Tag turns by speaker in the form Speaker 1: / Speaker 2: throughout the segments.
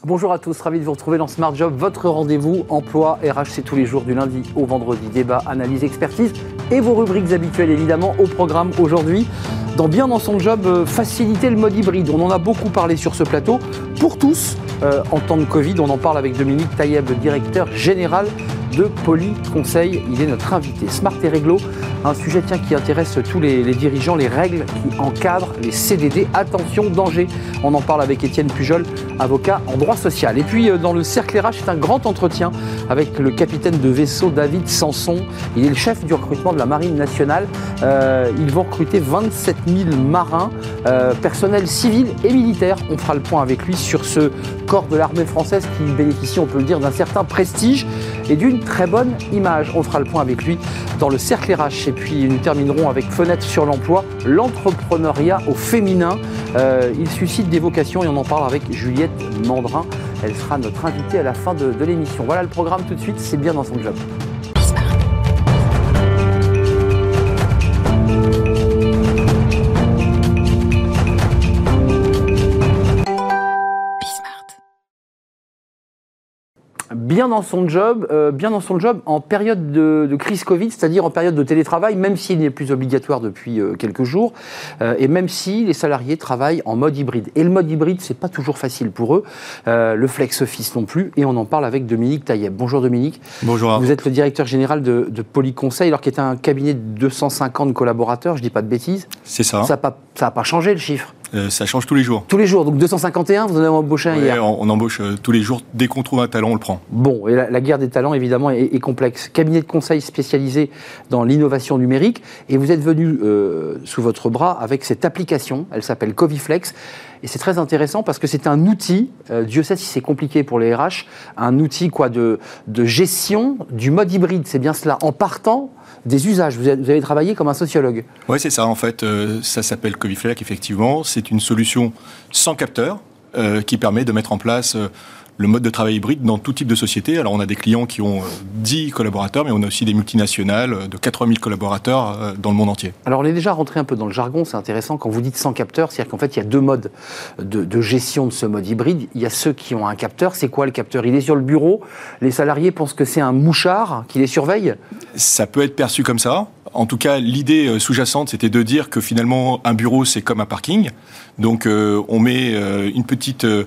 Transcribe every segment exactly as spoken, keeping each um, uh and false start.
Speaker 1: Bonjour à tous, ravi de vous retrouver dans Smart Job, votre rendez-vous emploi R H, c'est tous les jours du lundi au vendredi. Débat, analyse, expertise et vos rubriques habituelles évidemment au programme aujourd'hui. Dans Bien dans son job, euh, faciliter le mode hybride. On en a beaucoup parlé sur ce plateau. Pour tous, euh, en temps de Covid, on en parle avec Dominique Taïeb, le directeur général de Poly Conseil. Il est notre invité. Smart et réglo, un sujet tiens, qui intéresse tous les, les dirigeants, les règles qui encadrent les C D D. Attention, danger. On en parle avec Étienne Pujol, avocat en droit social. Et puis dans le cercle R H, c'est un grand entretien avec le capitaine de vaisseau David Sanson. Il est le chef du recrutement de la Marine nationale. Euh, ils vont recruter vingt-sept mille marins, euh, personnel civil et militaire. On fera le point avec lui sur ce corps de l'armée française qui bénéficie, on peut le dire, d'un certain prestige et d'une très bonne image. On fera le point avec lui dans le cercle R H. Et puis nous terminerons avec Fenêtre sur l'emploi, l'entrepreneuriat au féminin. Euh, il suscite des vocations et on en parle avec Juliette Mandrin. Elle sera notre invitée à la fin de, de l'émission. Voilà le programme tout de suite, c'est Bien dans son job. Bien dans son job, euh, bien dans son job en période de, de crise Covid, c'est-à-dire en période de télétravail, même s'il n'est plus obligatoire depuis euh, quelques jours, euh, et même si les salariés travaillent en mode hybride. Et le mode hybride, c'est pas toujours facile pour eux, euh, le flex office non plus, et on en parle avec Dominique Taïeb. Bonjour Dominique.
Speaker 2: Bonjour.
Speaker 1: Vous êtes le directeur général de, de Poly Conseil, alors qui est un cabinet de deux cent cinquante collaborateurs, je dis pas de bêtises.
Speaker 2: C'est ça.
Speaker 1: Ça n'a pas, ça a pas changé le chiffre.
Speaker 2: Euh, ça change tous les jours.
Speaker 1: Tous les jours, donc deux cent cinquante et un, vous en avez embauché un
Speaker 2: ouais,
Speaker 1: hier.
Speaker 2: On, on embauche euh, tous les jours, dès qu'on trouve un talent, on le prend.
Speaker 1: Bon, et la, la guerre des talents, évidemment, est, est complexe. Cabinet de conseil spécialisé dans l'innovation numérique, et vous êtes venu euh, sous votre bras avec cette application, elle s'appelle Coviflex, et c'est très intéressant parce que c'est un outil, euh, Dieu sait si c'est compliqué pour les R H, un outil quoi, de, de gestion du mode hybride, c'est bien cela, en partant des usages. Vous avez, vous avez travaillé comme un sociologue.
Speaker 2: Oui, c'est ça. En fait, euh, ça s'appelle Coviflex, effectivement. C'est une solution sans capteur euh, qui permet de mettre en place euh, le mode de travail hybride dans tout type de société. Alors, on a des clients qui ont euh, dix collaborateurs, mais on a aussi des multinationales euh, de quatre-vingt mille collaborateurs euh, dans le monde entier.
Speaker 1: Alors, on est déjà rentré un peu dans le jargon, c'est intéressant. Quand vous dites sans capteur, c'est-à-dire qu'en fait, il y a deux modes de, de gestion de ce mode hybride. Il y a ceux qui ont un capteur. C'est quoi le capteur? Il est sur le bureau. Les salariés pensent que c'est un mouchard qui les surveille.
Speaker 2: Ça peut être perçu comme ça. En tout cas, l'idée sous-jacente, c'était de dire que finalement, un bureau, c'est comme un parking. Donc, euh, on met euh, une petite euh,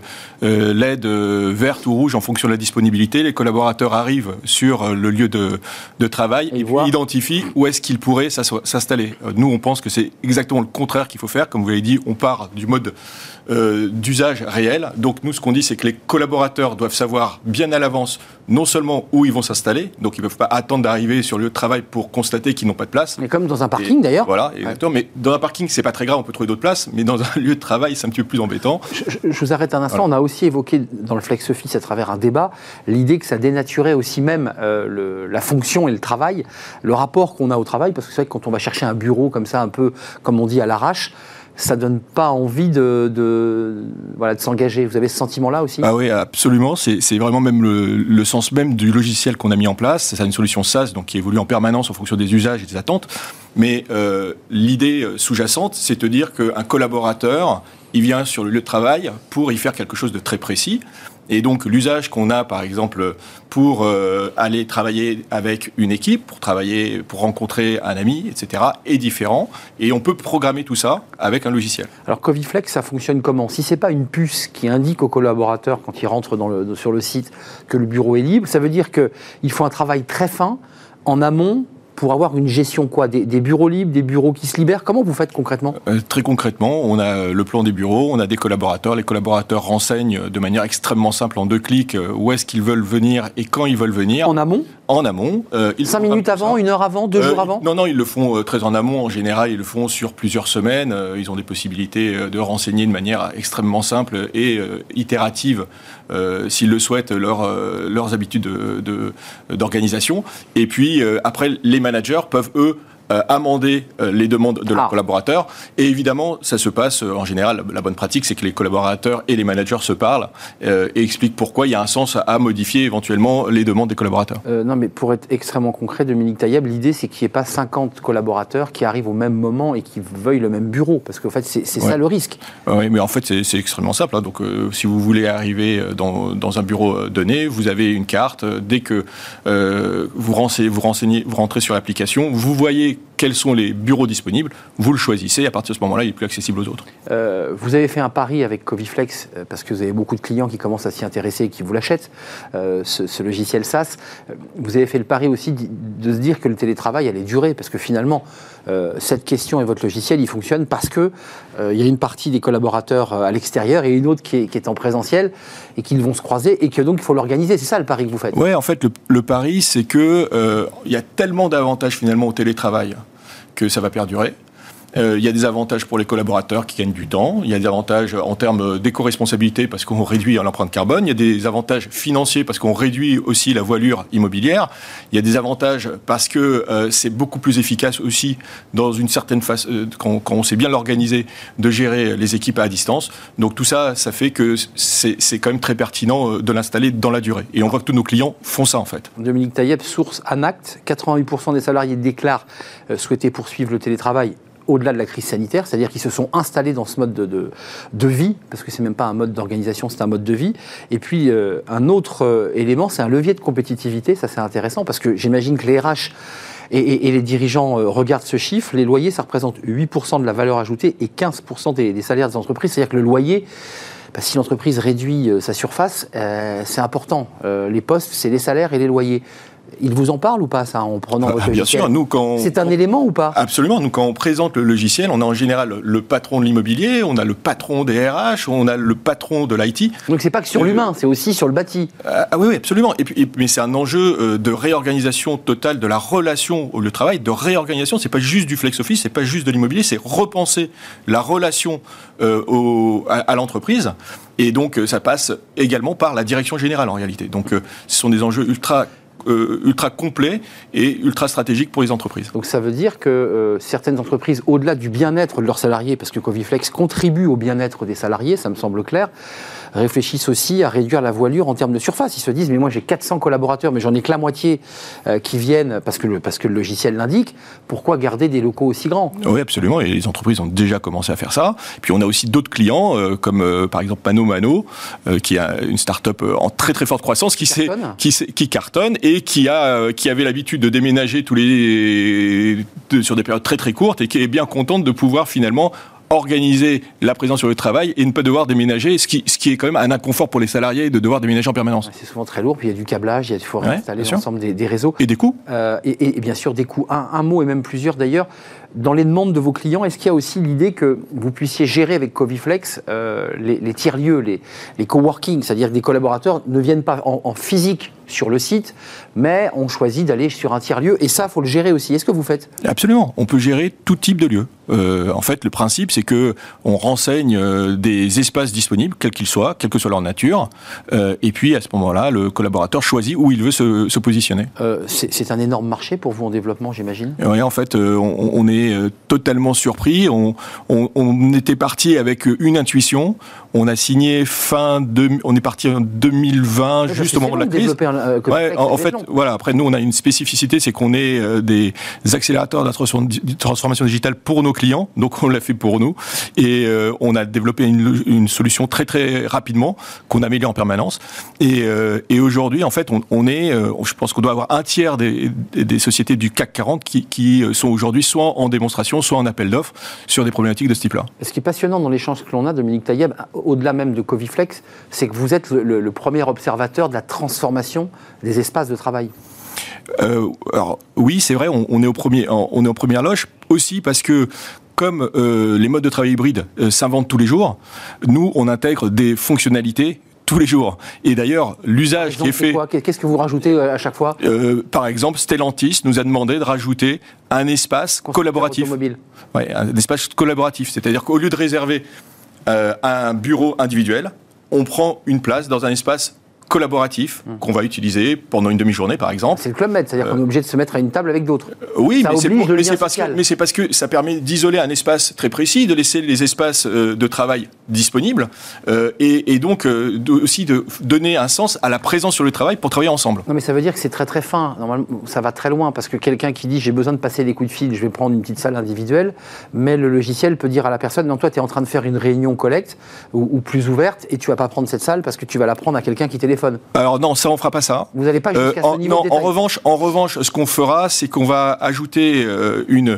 Speaker 2: L E D euh, verte ou rouge en fonction de la disponibilité. Les collaborateurs arrivent sur euh, le lieu de, de travail et, et puis identifient où est-ce qu'ils pourraient s'installer. Euh, nous, on pense que c'est exactement le contraire qu'il faut faire. Comme vous l'avez dit, on part du mode euh, d'usage réel. Donc, nous, ce qu'on dit, c'est que les collaborateurs doivent savoir bien à l'avance non seulement où ils vont s'installer, donc ils ne peuvent pas attendre d'arriver sur le lieu de travail pour constater qu'ils n'ont pas de place.
Speaker 1: Mais comme dans un parking,
Speaker 2: et,
Speaker 1: d'ailleurs.
Speaker 2: Voilà, exactement. Ouais. Mais dans un parking, c'est pas très grave, on peut trouver d'autres places, mais dans un lieu de travail, c'est un petit peu plus embêtant.
Speaker 1: Je, je vous arrête un instant. Voilà. On a aussi évoqué dans le Flex Office, à travers un débat, l'idée que ça dénaturait aussi même euh, le, la fonction et le travail, le rapport qu'on a au travail, parce que c'est vrai que quand on va chercher un bureau comme ça, un peu, comme on dit, à l'arrache, ça ne donne pas envie de, de, voilà, de s'engager. Vous avez ce sentiment-là aussi?
Speaker 2: Ah oui, absolument. C'est, c'est vraiment même le, le sens même du logiciel qu'on a mis en place. C'est une solution SaaS donc, qui évolue en permanence en fonction des usages et des attentes. Mais euh, l'idée sous-jacente, c'est de dire qu'un collaborateur, il vient sur le lieu de travail pour y faire quelque chose de très précis. Et donc, l'usage qu'on a, par exemple, pour euh, aller travailler avec une équipe, pour travailler, pour rencontrer un ami, et cetera, est différent. Et on peut programmer tout ça avec un logiciel.
Speaker 1: Alors, Coviflex, ça fonctionne comment? Si ce n'est pas une puce qui indique aux collaborateurs, quand ils rentrent dans le, sur le site, que le bureau est libre, ça veut dire qu'il faut un travail très fin, en amont, pour avoir une gestion quoi, des, des bureaux libres, des bureaux qui se libèrent. Comment vous faites concrètement? euh,
Speaker 2: Très concrètement, on a le plan des bureaux, on a des collaborateurs. Les collaborateurs renseignent de manière extrêmement simple, en deux clics, où est-ce qu'ils veulent venir et quand ils veulent venir.
Speaker 1: En amont?
Speaker 2: En amont.
Speaker 1: Euh, Cinq minutes avant, une heure avant, deux euh, jours avant?
Speaker 2: Non, non, ils le font euh, très en amont. En général, ils le font sur plusieurs semaines. Euh, ils ont des possibilités euh, de renseigner de manière extrêmement simple et euh, itérative, euh, s'ils le souhaitent, leur, euh, leurs habitudes de, de, d'organisation. Et puis, euh, après, les managers peuvent, eux, euh, amender euh, les demandes de leurs
Speaker 1: ah.
Speaker 2: collaborateurs. Et évidemment, ça se passe, euh, en général, la bonne pratique, c'est que les collaborateurs et les managers se parlent euh, et expliquent pourquoi il y a un sens à, à modifier éventuellement les demandes des collaborateurs.
Speaker 1: Euh, non, mais pour être extrêmement concret, Dominique Tailleb, l'idée, c'est qu'il n'y ait pas cinquante collaborateurs qui arrivent au même moment et qui veuillent le même bureau. Parce qu'en fait, c'est, c'est
Speaker 2: ouais.
Speaker 1: ça le risque.
Speaker 2: Oui, mais en fait, c'est, c'est extrêmement simple. Hein. Donc, euh, si vous voulez arriver dans, dans un bureau donné, vous avez une carte. Dès que euh, vous, renseignez, vous, renseignez, vous rentrez sur l'application, vous voyez quels sont les bureaux disponibles, vous le choisissez, et à partir de ce moment-là, il est plus accessible aux autres. Euh,
Speaker 1: vous avez fait un pari avec Coviflex, parce que vous avez beaucoup de clients qui commencent à s'y intéresser et qui vous l'achètent, euh, ce, ce logiciel SaaS. Vous avez fait le pari aussi de se dire que le télétravail allait durer, parce que finalement, euh, cette question et votre logiciel, il fonctionne parce qu'il euh, y a une partie des collaborateurs à l'extérieur et une autre qui est, qui est en présentiel, et qu'ils vont se croiser, et que donc il faut l'organiser. C'est ça le pari que vous faites?
Speaker 2: Oui, en fait, le, le pari, c'est qu'il euh, y a tellement d'avantages finalement au télétravail que ça va perdurer. Euh, il y a des avantages pour les collaborateurs qui gagnent du temps, il y a des avantages en termes d'éco-responsabilité parce qu'on réduit l'empreinte carbone, il y a des avantages financiers parce qu'on réduit aussi la voilure immobilière, il y a des avantages parce que euh, c'est beaucoup plus efficace aussi dans une certaine phase, euh, quand, quand on sait bien l'organiser, de gérer les équipes à distance. Donc tout ça, ça fait que c'est, c'est quand même très pertinent de l'installer dans la durée. Et on voit que tous nos clients font ça en fait.
Speaker 1: Dominique Tailleb, source Anact, quatre-vingt-huit pour cent des salariés déclarent euh, souhaiter poursuivre le télétravail au-delà de la crise sanitaire, c'est-à-dire qu'ils se sont installés dans ce mode de, de, de vie, parce que c'est même pas un mode d'organisation, c'est un mode de vie. Et puis, euh, un autre euh, élément, c'est un levier de compétitivité, ça c'est intéressant, parce que j'imagine que les R H et, et, et les dirigeants euh, regardent ce chiffre. Les loyers, ça représente huit pour cent de la valeur ajoutée et quinze pour cent des, des salaires des entreprises, c'est-à-dire que le loyer, bah, si l'entreprise réduit euh, sa surface, euh, c'est important. Euh, les postes, c'est les salaires et les loyers. Il vous en parle ou pas, ça, en prenant
Speaker 2: ah,
Speaker 1: votre
Speaker 2: bien
Speaker 1: logiciel?
Speaker 2: sûr, nous, quand
Speaker 1: C'est un quand... élément ou pas?
Speaker 2: Absolument. Nous, quand on présente le logiciel, on a en général le patron de l'immobilier, on a le patron des R H, on a le patron de l'I T.
Speaker 1: Donc, c'est pas que sur euh, l'humain, c'est aussi sur le bâti.
Speaker 2: Ah, ah oui, oui, absolument. Et puis, et, mais c'est un enjeu de réorganisation totale de la relation au lieu de travail, de réorganisation. C'est pas juste du flex office, c'est pas juste de l'immobilier, c'est repenser la relation euh, au, à, à l'entreprise. Et donc, ça passe également par la direction générale, en réalité. Donc, euh, ce sont des enjeux ultra Euh, ultra complet et ultra stratégique pour les entreprises.
Speaker 1: Donc ça veut dire que euh, certaines entreprises, au-delà du bien-être de leurs salariés, parce que Coviflex contribue au bien-être des salariés, ça me semble clair, réfléchissent aussi à réduire la voilure en termes de surface. Ils se disent, mais moi j'ai quatre cents collaborateurs, mais j'en ai que la moitié euh, qui viennent parce que, le, parce que le logiciel l'indique. Pourquoi garder des locaux aussi grands?
Speaker 2: Oui, absolument, et les entreprises ont déjà commencé à faire ça. Puis on a aussi d'autres clients, euh, comme euh, par exemple Mano Mano, euh, qui a une start-up en très très forte croissance, qui, qui, cartonne. Qui, qui cartonne et qui, a, qui avait l'habitude de déménager tous les, de, sur des périodes très très courtes et qui est bien contente de pouvoir finalement organiser la présence sur le travail et ne pas devoir déménager, ce qui, ce qui est quand même un inconfort pour les salariés de devoir déménager en permanence.
Speaker 1: C'est souvent très lourd, puis il y a du câblage, il faut réinstaller ouais, l'ensemble des, des réseaux.
Speaker 2: Et des coûts.
Speaker 1: Euh, et, et bien sûr des coûts. Un, un mot et même plusieurs d'ailleurs. Dans les demandes de vos clients, est-ce qu'il y a aussi l'idée que vous puissiez gérer avec Coviflex euh, les, les tiers-lieux, les, les coworking, c'est-à-dire que des collaborateurs ne viennent pas en, en physique sur le site, mais on choisit d'aller sur un tiers-lieu, et ça, il faut le gérer aussi. Est-ce que vous faites?
Speaker 2: Absolument, on peut gérer tout type de lieu. Euh, en fait, le principe, c'est qu'on renseigne euh, des espaces disponibles, quels qu'ils soient, quelle que soit leur nature, euh, et puis à ce moment-là, le collaborateur choisit où il veut se, se positionner.
Speaker 1: Euh, c'est, c'est un énorme marché pour vous en développement, j'imagine?
Speaker 2: Oui, en fait, euh, on, on est totalement surpris. On, on, on était parti avec une intuition. On a signé fin de, on est parti en deux mille vingt, ouais, juste au moment de la crise.
Speaker 1: Un, euh,
Speaker 2: ouais, en, en fait, voilà. Après, nous, on a une spécificité, c'est qu'on est euh, des accélérateurs de la transformation digitale pour nos clients. Donc, on l'a fait pour nous, et euh, on a développé une, une solution très très rapidement qu'on améliore en permanence. Et, euh, et aujourd'hui, en fait, on, on est, euh, je pense qu'on doit avoir un tiers des, des, des sociétés du C A C quarante qui, qui sont aujourd'hui soit en démonstration, soit en appel d'offres sur des problématiques de ce type-là.
Speaker 1: Ce qui est passionnant dans l'échange que l'on a, Dominique Tailleb, au-delà même de Coviflex, c'est que vous êtes le, le, le premier observateur de la transformation des espaces de travail.
Speaker 2: Euh, alors oui, c'est vrai, on, on est au premier, on est en première loge aussi parce que comme euh, les modes de travail hybrides euh, s'inventent tous les jours, nous on intègre des fonctionnalités tous les jours. Et d'ailleurs, l'usage
Speaker 1: exemple,
Speaker 2: qui est fait...
Speaker 1: Quoi Qu'est-ce que vous rajoutez à chaque fois
Speaker 2: euh, Par exemple, Stellantis nous a demandé de rajouter un espace collaboratif. Ouais, un espace collaboratif. C'est-à-dire qu'au lieu de réserver euh, un bureau individuel, on prend une place dans un espace collaboratif mmh. qu'on va utiliser pendant une demi-journée, par exemple.
Speaker 1: C'est le Club Med, c'est-à-dire euh, qu'on est obligé de se mettre à une table avec d'autres.
Speaker 2: Euh, oui,
Speaker 1: ça
Speaker 2: mais c'est, pour, mais, c'est parce
Speaker 1: que,
Speaker 2: mais c'est parce que ça permet d'isoler un espace très précis, de laisser les espaces euh, de travail disponibles, euh, et, et donc euh, de, aussi de donner un sens à la présence sur le travail pour travailler ensemble.
Speaker 1: Non, mais ça veut dire que c'est très très fin. Normalement, ça va très loin, parce que quelqu'un qui dit j'ai besoin de passer des coups de fil, je vais prendre une petite salle individuelle, mais le logiciel peut dire à la personne non, toi tu es en train de faire une réunion collecte ou, ou plus ouverte et tu vas pas prendre cette salle parce que tu vas la prendre à quelqu'un qui téléphone.
Speaker 2: Alors non, ça on fera pas ça.
Speaker 1: Vous n'allez pas jusqu'à
Speaker 2: euh,
Speaker 1: ce
Speaker 2: en,
Speaker 1: niveau
Speaker 2: non,
Speaker 1: de détail.
Speaker 2: En revanche, en revanche, ce qu'on fera, c'est qu'on va ajouter euh, une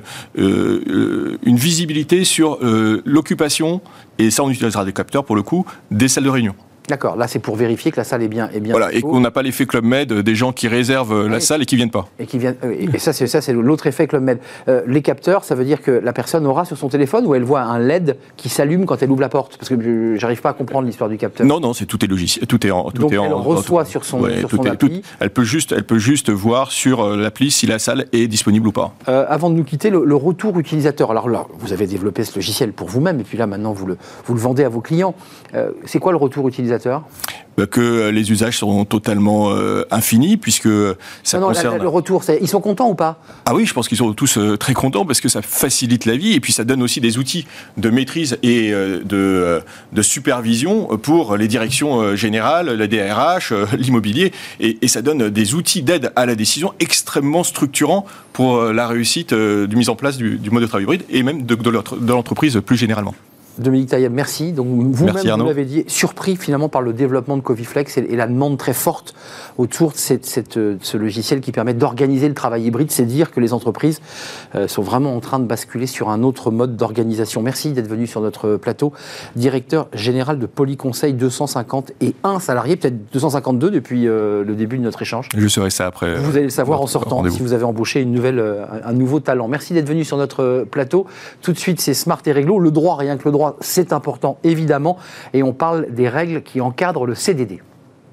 Speaker 2: euh, une visibilité sur euh, l'occupation, et ça on utilisera des capteurs pour le coup, des salles de réunion.
Speaker 1: D'accord, là c'est pour vérifier que la salle est bien, est bien.
Speaker 2: Voilà, et qu'on n'a pas l'effet Club Med des gens qui réservent la oui. salle et qui viennent pas.
Speaker 1: Et qui viennent. Et ça c'est ça c'est l'autre effet Club Med. Euh, les capteurs, ça veut dire que la personne aura sur son téléphone ou elle voit un L E D qui s'allume quand elle ouvre la porte, parce que je, j'arrive pas à comprendre l'histoire du capteur.
Speaker 2: Non non, c'est tout est logiciel, tout est en. Tout
Speaker 1: Donc
Speaker 2: est
Speaker 1: elle
Speaker 2: en,
Speaker 1: reçoit
Speaker 2: en,
Speaker 1: sur son,
Speaker 2: ouais,
Speaker 1: sur
Speaker 2: tout
Speaker 1: son
Speaker 2: est,
Speaker 1: appli.
Speaker 2: Tout, elle peut juste elle peut juste voir sur l'appli si la salle est disponible ou pas.
Speaker 1: Euh, avant de nous quitter, le, le retour utilisateur. Alors là, vous avez développé ce logiciel pour vous-même et puis là maintenant vous le vous le vendez à vos clients. Euh, c'est quoi le retour utilisateur?
Speaker 2: Que les usages seront totalement euh, infinis, puisque ça
Speaker 1: non, non,
Speaker 2: concerne...
Speaker 1: La, la, le retour, c'est... ils sont contents ou pas?
Speaker 2: Ah oui, je pense qu'ils sont tous euh, très contents, parce que ça facilite la vie, et puis ça donne aussi des outils de maîtrise et euh, de, euh, de supervision pour les directions euh, générales, la D R H, euh, l'immobilier, et, et ça donne des outils d'aide à la décision extrêmement structurants pour euh, la réussite euh, de mise en place du, du mode de travail hybride, et même de, de, de l'entreprise plus généralement.
Speaker 1: Dominique Tailleb, merci. Donc vous-même,
Speaker 2: merci,
Speaker 1: vous l'avez dit, surpris finalement par le développement de Cofiflex et, et la demande très forte autour de, cette, cette, de ce logiciel qui permet d'organiser le travail hybride. C'est dire que les entreprises euh, sont vraiment en train de basculer sur un autre mode d'organisation. Merci d'être venu sur notre plateau. Directeur général de Polyconseil, deux cent cinquante et un salariés, peut-être deux cent cinquante-deux depuis euh, le début de notre échange.
Speaker 2: Je saurai ça après.
Speaker 1: Vous allez le savoir en sortant, rendez-vous. Si vous avez embauché une nouvelle, euh, un nouveau talent. Merci d'être venu sur notre plateau. Tout de suite, c'est Smart et Réglo. Le droit, rien que le droit, c'est important, évidemment, et on parle des règles qui encadrent le C D D.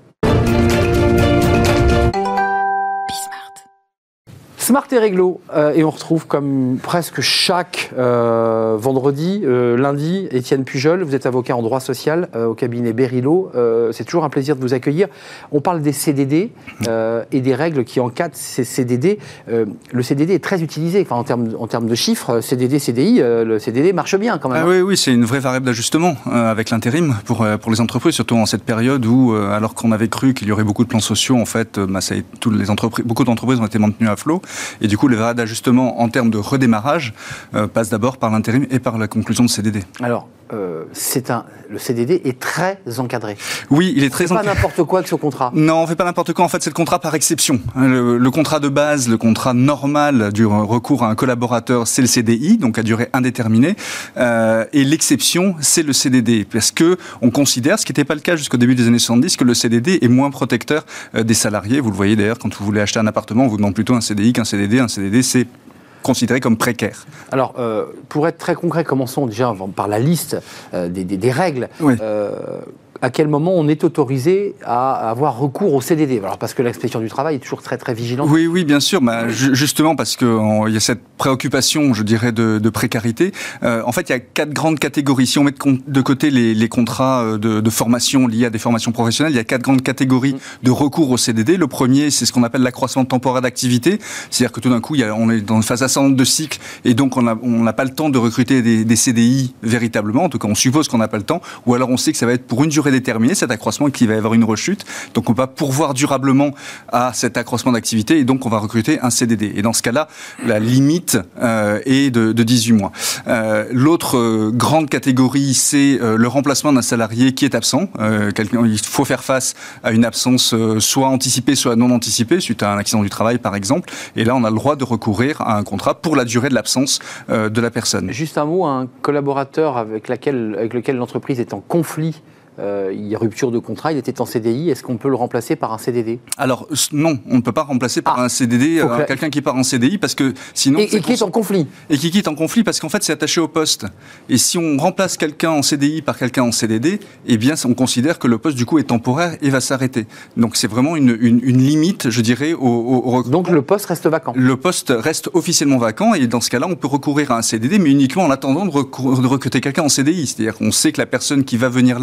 Speaker 1: Smart et Réglo, euh, et on retrouve comme presque chaque euh, vendredi, euh, lundi, Étienne Pujol, vous êtes avocat en droit social euh, au cabinet Berilo, euh, c'est toujours un plaisir de vous accueillir. On parle des C D D euh, et des règles qui encadrent ces C D D. Euh, le C D D est très utilisé, enfin, en termes, en termes de chiffres, C D D, C D I, euh, le C D D marche bien quand même.
Speaker 3: Ah oui, oui, c'est une vraie variable d'ajustement euh, avec l'intérim pour, euh, pour les entreprises, surtout en cette période où, euh, alors qu'on avait cru qu'il y aurait beaucoup de plans sociaux, en fait, euh, bah, ça, toutes les entreprises, beaucoup d'entreprises ont été maintenues à flot. Et du coup, les variables d'ajustement en termes de redémarrage euh, passent d'abord par l'intérim et par la conclusion de C D D.
Speaker 1: Alors, euh, c'est un, le C D D est très encadré.
Speaker 3: Oui, il est très
Speaker 1: encadré. C'est pas n'importe quoi que ce contrat.
Speaker 3: Non, on ne fait pas n'importe quoi. En fait, c'est le contrat par exception. Le, le contrat de base, le contrat normal du recours à un collaborateur, c'est le C D I, donc à durée indéterminée. Euh, et l'exception, c'est le C D D. Parce que on considère, ce qui n'était pas le cas jusqu'au début des années soixante-dix, que le C D D est moins protecteur euh, des salariés. Vous le voyez d'ailleurs, quand vous voulez acheter un appartement, on vous demande plutôt un C D I qu'un C D D. Un C D D, c'est considéré comme précaire.
Speaker 1: Alors, euh, pour être très concret, commençons déjà par la liste euh, des, des, des règles.
Speaker 3: Oui.
Speaker 1: Euh, à quel moment on est autorisé à avoir recours au C D D? Alors, parce que l'inspection du travail est toujours très très vigilante.
Speaker 3: Oui, oui, bien sûr. Bah, ju- justement parce qu'il y a cette préoccupation, je dirais, de, de précarité. Euh, en fait, il y a quatre grandes catégories. Si on met de, con- de côté les, les contrats de, de formation liés à des formations professionnelles, il y a quatre grandes catégories de recours au C D D. Le premier, c'est ce qu'on appelle l'accroissement temporaire d'activité. C'est-à-dire que tout d'un coup, il y a, on est dans une phase ascendante de cycle et donc on n'a pas le temps de recruter des, des C D I véritablement. En tout cas, on suppose qu'on n'a pas le temps. Ou alors on sait que ça va être pour une durée déterminé, cet accroissement, qu'il va y avoir une rechute. Donc on va pourvoir durablement à cet accroissement d'activité et donc on va recruter un C D D. Et dans ce cas-là, la limite euh, est de, de dix-huit mois. Euh, l'autre euh, grande catégorie, c'est euh, le remplacement d'un salarié qui est absent. Euh, quelqu'un, il faut faire face à une absence euh, soit anticipée, soit non anticipée, suite à un accident du travail par exemple. Et là, on a le droit de recourir à un contrat pour la durée de l'absence euh, de la personne.
Speaker 1: Juste un mot, un collaborateur avec, laquelle, avec lequel l'entreprise est en conflit, Euh, il y a rupture de contrat, il était en C D I, est-ce qu'on peut le remplacer par un C D D?
Speaker 3: Alors non, on ne peut pas remplacer par ah, un C D D euh, quelqu'un qui part en C D I parce que sinon...
Speaker 1: Et, et qui est en conflit.
Speaker 3: Et qui quitte en conflit parce qu'en fait c'est attaché au poste. Et si on remplace quelqu'un en C D I par quelqu'un en C D D, eh bien on considère que le poste du coup est temporaire et va s'arrêter. Donc c'est vraiment une, une, une limite, je dirais, au, au, au...
Speaker 1: Donc le poste reste vacant.
Speaker 3: Le poste reste officiellement vacant et dans ce cas-là on peut recourir à un C D D mais uniquement en attendant de, recou- de recruter quelqu'un en C D I. C'est-à-dire qu'on sait que la personne qui va venir là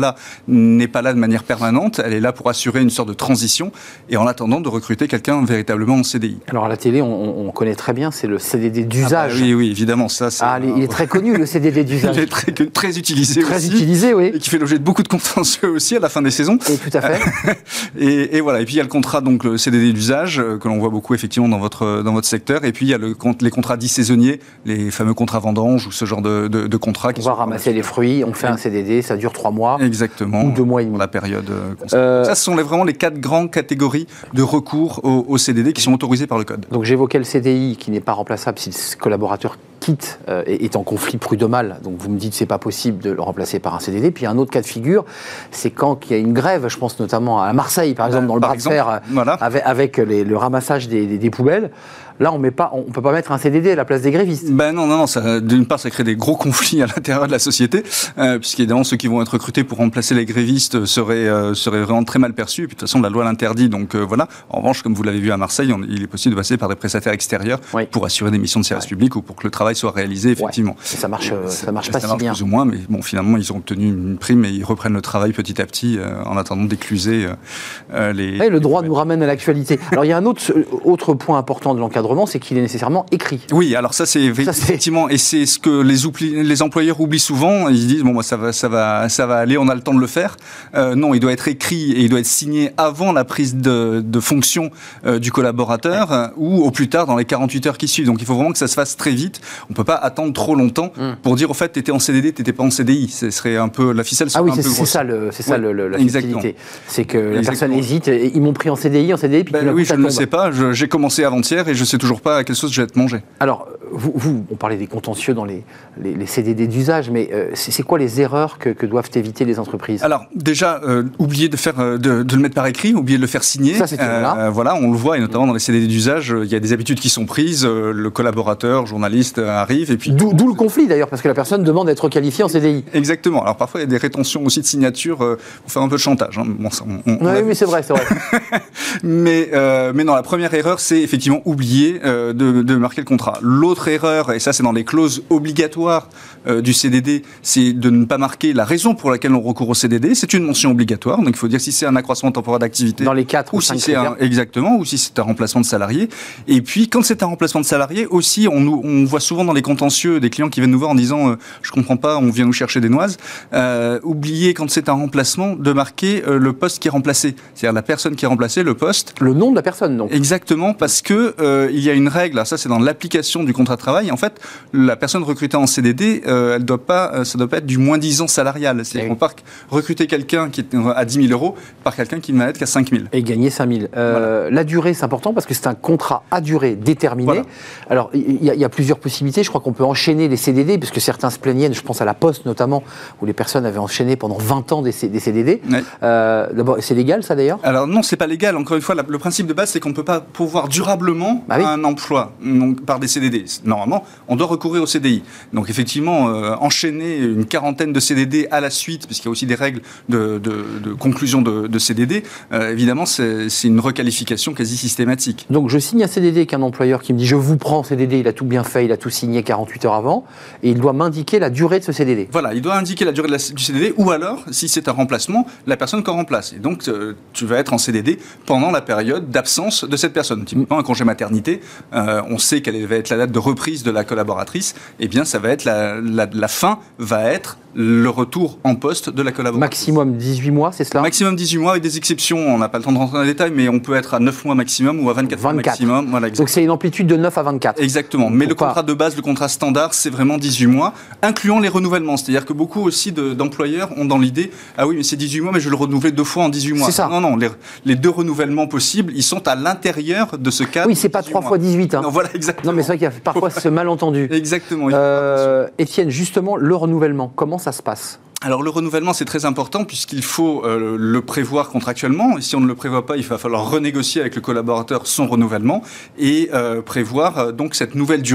Speaker 3: n'est pas là de manière permanente, elle est là pour assurer une sorte de transition et en attendant de recruter quelqu'un véritablement en C D I.
Speaker 1: Alors à la télé, on, on connaît très bien, c'est le C D D d'usage.
Speaker 3: Ah bah oui, oui, évidemment, ça c'est...
Speaker 1: Ah, il est très connu, le C D D d'usage.
Speaker 3: Il est très, très utilisé
Speaker 1: très
Speaker 3: aussi.
Speaker 1: Très utilisé, oui.
Speaker 3: Et qui fait l'objet de beaucoup de contentieux aussi à la fin des saisons.
Speaker 1: Et tout à fait.
Speaker 3: et, et voilà, et puis il y a le contrat, donc le C D D d'usage, euh, que l'on voit beaucoup effectivement dans votre, dans votre secteur, et puis il y a le, les contrats dits saisonniers, les fameux contrats vendanges ou ce genre de, de, de contrats.
Speaker 1: On va ramasser les fruits, on fait un C D D, ça dure trois mois.
Speaker 3: Exactement.
Speaker 1: Ou deux mois et demi.
Speaker 3: Pour la période. Euh... Ça, ce sont les, vraiment les quatre grandes catégories de recours au, au C D D qui sont autorisées par le code.
Speaker 1: Donc j'évoquais le C D I qui n'est pas remplaçable si le collaborateur quitte euh, et est en conflit prud'homal. Donc vous me dites que c'est pas possible de le remplacer par un C D D. Puis il y a un autre cas de figure, c'est quand il y a une grève, je pense notamment à Marseille par exemple, dans le
Speaker 3: par
Speaker 1: bras
Speaker 3: exemple,
Speaker 1: de fer,
Speaker 3: voilà.
Speaker 1: avec, avec les, le ramassage des, des, des poubelles. Là, on ne peut pas mettre un C D D à la place des grévistes.
Speaker 3: Ben non, non, non. Ça, d'une part, ça crée des gros conflits à l'intérieur de la société, euh, puisqu'évidemment, ceux qui vont être recrutés pour remplacer les grévistes seraient, euh, seraient vraiment très mal perçus. Et puis, de toute façon, la loi l'interdit. Donc, euh, voilà. En revanche, comme vous l'avez vu à Marseille, on, il est possible de passer par des prestataires extérieurs oui. pour assurer des missions de service ouais. public ou pour que le travail soit réalisé, effectivement.
Speaker 1: Ouais. Ça marche, euh, ça, ça marche pas
Speaker 3: ça
Speaker 1: si
Speaker 3: marche
Speaker 1: bien.
Speaker 3: Plus ou moins, mais bon, finalement, ils ont obtenu une prime et ils reprennent le travail petit à petit euh, en attendant d'écluser euh, les.
Speaker 1: Ouais, le droit les... nous ramène à l'actualité. Alors, il y a un autre, autre point important de l'encadrement, c'est qu'il est nécessaire écrit.
Speaker 3: Oui, alors ça c'est ça, effectivement, et c'est ce que les, oubli, les employeurs oublient souvent. Ils disent bon, moi ça va, ça va, ça va aller, on a le temps de le faire. Euh, non, il doit être écrit et il doit être signé avant la prise de, de fonction euh, du collaborateur ouais. euh, ou au plus tard dans les quarante-huit heures qui suivent. Donc il faut vraiment que ça se fasse très vite. On peut pas attendre trop longtemps mmh. pour dire au fait t'étais en C D D, t'étais pas en C D I. Ce serait un peu la ficelle.
Speaker 1: Ah oui,
Speaker 3: un
Speaker 1: c'est,
Speaker 3: peu
Speaker 1: c'est ça, le, c'est ça ouais, le, le, la subtilité. C'est que la
Speaker 3: Exactement.
Speaker 1: personne hésite. Et ils m'ont pris en C D I, en C D I, puis
Speaker 3: ben, oui, je ne le sais pas. Je, j'ai commencé avant-hier et je sais toujours pas à quelle sauce je vais être mangé.
Speaker 1: Alors, vous, vous, on parlait des contentieux dans les, les, les C D D d'usage, mais euh, c'est, c'est quoi les erreurs que, que doivent éviter les entreprises ?
Speaker 3: Alors, déjà, euh, oublier de, faire, de, de le mettre par écrit, oublier de le faire signer.
Speaker 1: Ça, c'est euh, là.
Speaker 3: Voilà, on le voit, et notamment dans les C D D d'usage, il y a des habitudes qui sont prises, euh, le collaborateur, journaliste arrive, et puis...
Speaker 1: D'où, d'où le conflit, d'ailleurs, parce que la personne demande d'être qualifiée en C D I.
Speaker 3: Exactement. Alors, parfois, il y a des rétentions aussi de signature euh, pour faire un peu de chantage. Hein. Bon, ça, on, on,
Speaker 1: oui,
Speaker 3: on
Speaker 1: oui, c'est vrai, c'est vrai.
Speaker 3: mais, euh, mais non, la première erreur, c'est effectivement oublier euh, de, de marquer le contrat. L'autre erreur, et ça c'est dans les clauses obligatoires euh, du C D D, c'est de ne pas marquer la raison pour laquelle on recourt au C D D. C'est une mention obligatoire, donc il faut dire si c'est un accroissement temporaire d'activité.
Speaker 1: Dans les quatre ou,
Speaker 3: ou
Speaker 1: cinq
Speaker 3: si c'est un, exactement, ou si c'est un remplacement de salarié. Et puis quand c'est un remplacement de salarié, aussi on, nous, on voit souvent dans les contentieux des clients qui viennent nous voir en disant euh, je comprends pas, on vient nous chercher des noises. Euh, oubliez quand c'est un remplacement de marquer euh, le poste qui est remplacé, c'est-à-dire la personne qui est remplacée, le poste.
Speaker 1: Le nom de la personne, donc.
Speaker 3: Exactement, parce que euh, il y a une règle. Ça c'est dans l'application du contrat de travail. En fait, la personne recrutée en C D D, euh, elle doit pas, euh, ça doit pas être du moins dix ans salarial. C'est-à-dire qu'on part recruter quelqu'un qui est à dix mille euros par quelqu'un qui ne va être qu'à cinq mille.
Speaker 1: Et gagner cinq mille. Euh, voilà. La durée, c'est important parce que c'est un contrat à durée déterminée. Voilà. Alors, il y, y a plusieurs possibilités. Je crois qu'on peut enchaîner les C D D, parce que certains se plaignaient, je pense à la Poste notamment, où les personnes avaient enchaîné pendant vingt ans des, C- des C D D. Ouais. Euh, d'abord, c'est légal, ça d'ailleurs ?
Speaker 3: Alors non, c'est pas légal. Encore une fois, la, le principe de base, c'est qu'on ne peut pas pourvoir durablement bah oui. un emploi donc, par des C D D. Normalement, on doit recourir au C D I. Donc effectivement, euh, enchaîner une quarantaine de C D D à la suite, puisqu'il y a aussi des règles de, de, de conclusion de, de C D D, euh, évidemment, c'est, c'est une requalification quasi systématique.
Speaker 1: Donc je signe un C D D avec un employeur qui me dit je vous prends C D D, il a tout bien fait, il a tout signé quarante-huit heures avant, et il doit m'indiquer la durée de ce C D D.
Speaker 3: Voilà, il doit indiquer la durée de la, du C D D, ou alors, si c'est un remplacement, la personne qu'on remplace. Et donc, euh, tu vas être en C D D pendant la période d'absence de cette personne. Typiquement, un congé maternité, euh, on sait quelle va être la date de reprise de la collaboratrice, et bien ça va être la, la, la fin va être le retour en poste de la collaboratrice.
Speaker 1: Maximum dix-huit mois, c'est cela ?
Speaker 3: Maximum dix-huit mois avec des exceptions. On n'a pas le temps de rentrer dans les détails, mais on peut être à neuf mois maximum ou à vingt-quatre, vingt-quatre. Mois maximum. Voilà,
Speaker 1: donc c'est une amplitude de neuf à vingt-quatre.
Speaker 3: Exactement. Mais
Speaker 1: Pourquoi ?
Speaker 3: Le contrat de base, le contrat standard, c'est vraiment dix-huit mois, incluant les renouvellements. C'est-à-dire que beaucoup aussi de, d'employeurs ont dans l'idée ah oui, mais c'est dix-huit mois, mais je vais le renouveler deux fois en dix-huit mois.
Speaker 1: C'est ça.
Speaker 3: Non, non, les, les deux renouvellements possibles, ils sont à l'intérieur de ce cadre.
Speaker 1: Oui, c'est pas trois fois dix-huit. Hein.
Speaker 3: Non, voilà, exactement.
Speaker 1: Non, mais c'est vrai qu'il y a parfois ce malentendu.
Speaker 3: Exactement.
Speaker 1: Euh, Étienne, justement, le renouvellement, comment ça se passe ?
Speaker 3: Alors le renouvellement, c'est très important puisqu'il faut euh, le prévoir contractuellement. Et si on ne le prévoit pas, il va falloir renégocier avec le collaborateur son renouvellement et euh, prévoir euh, donc cette nouvelle durée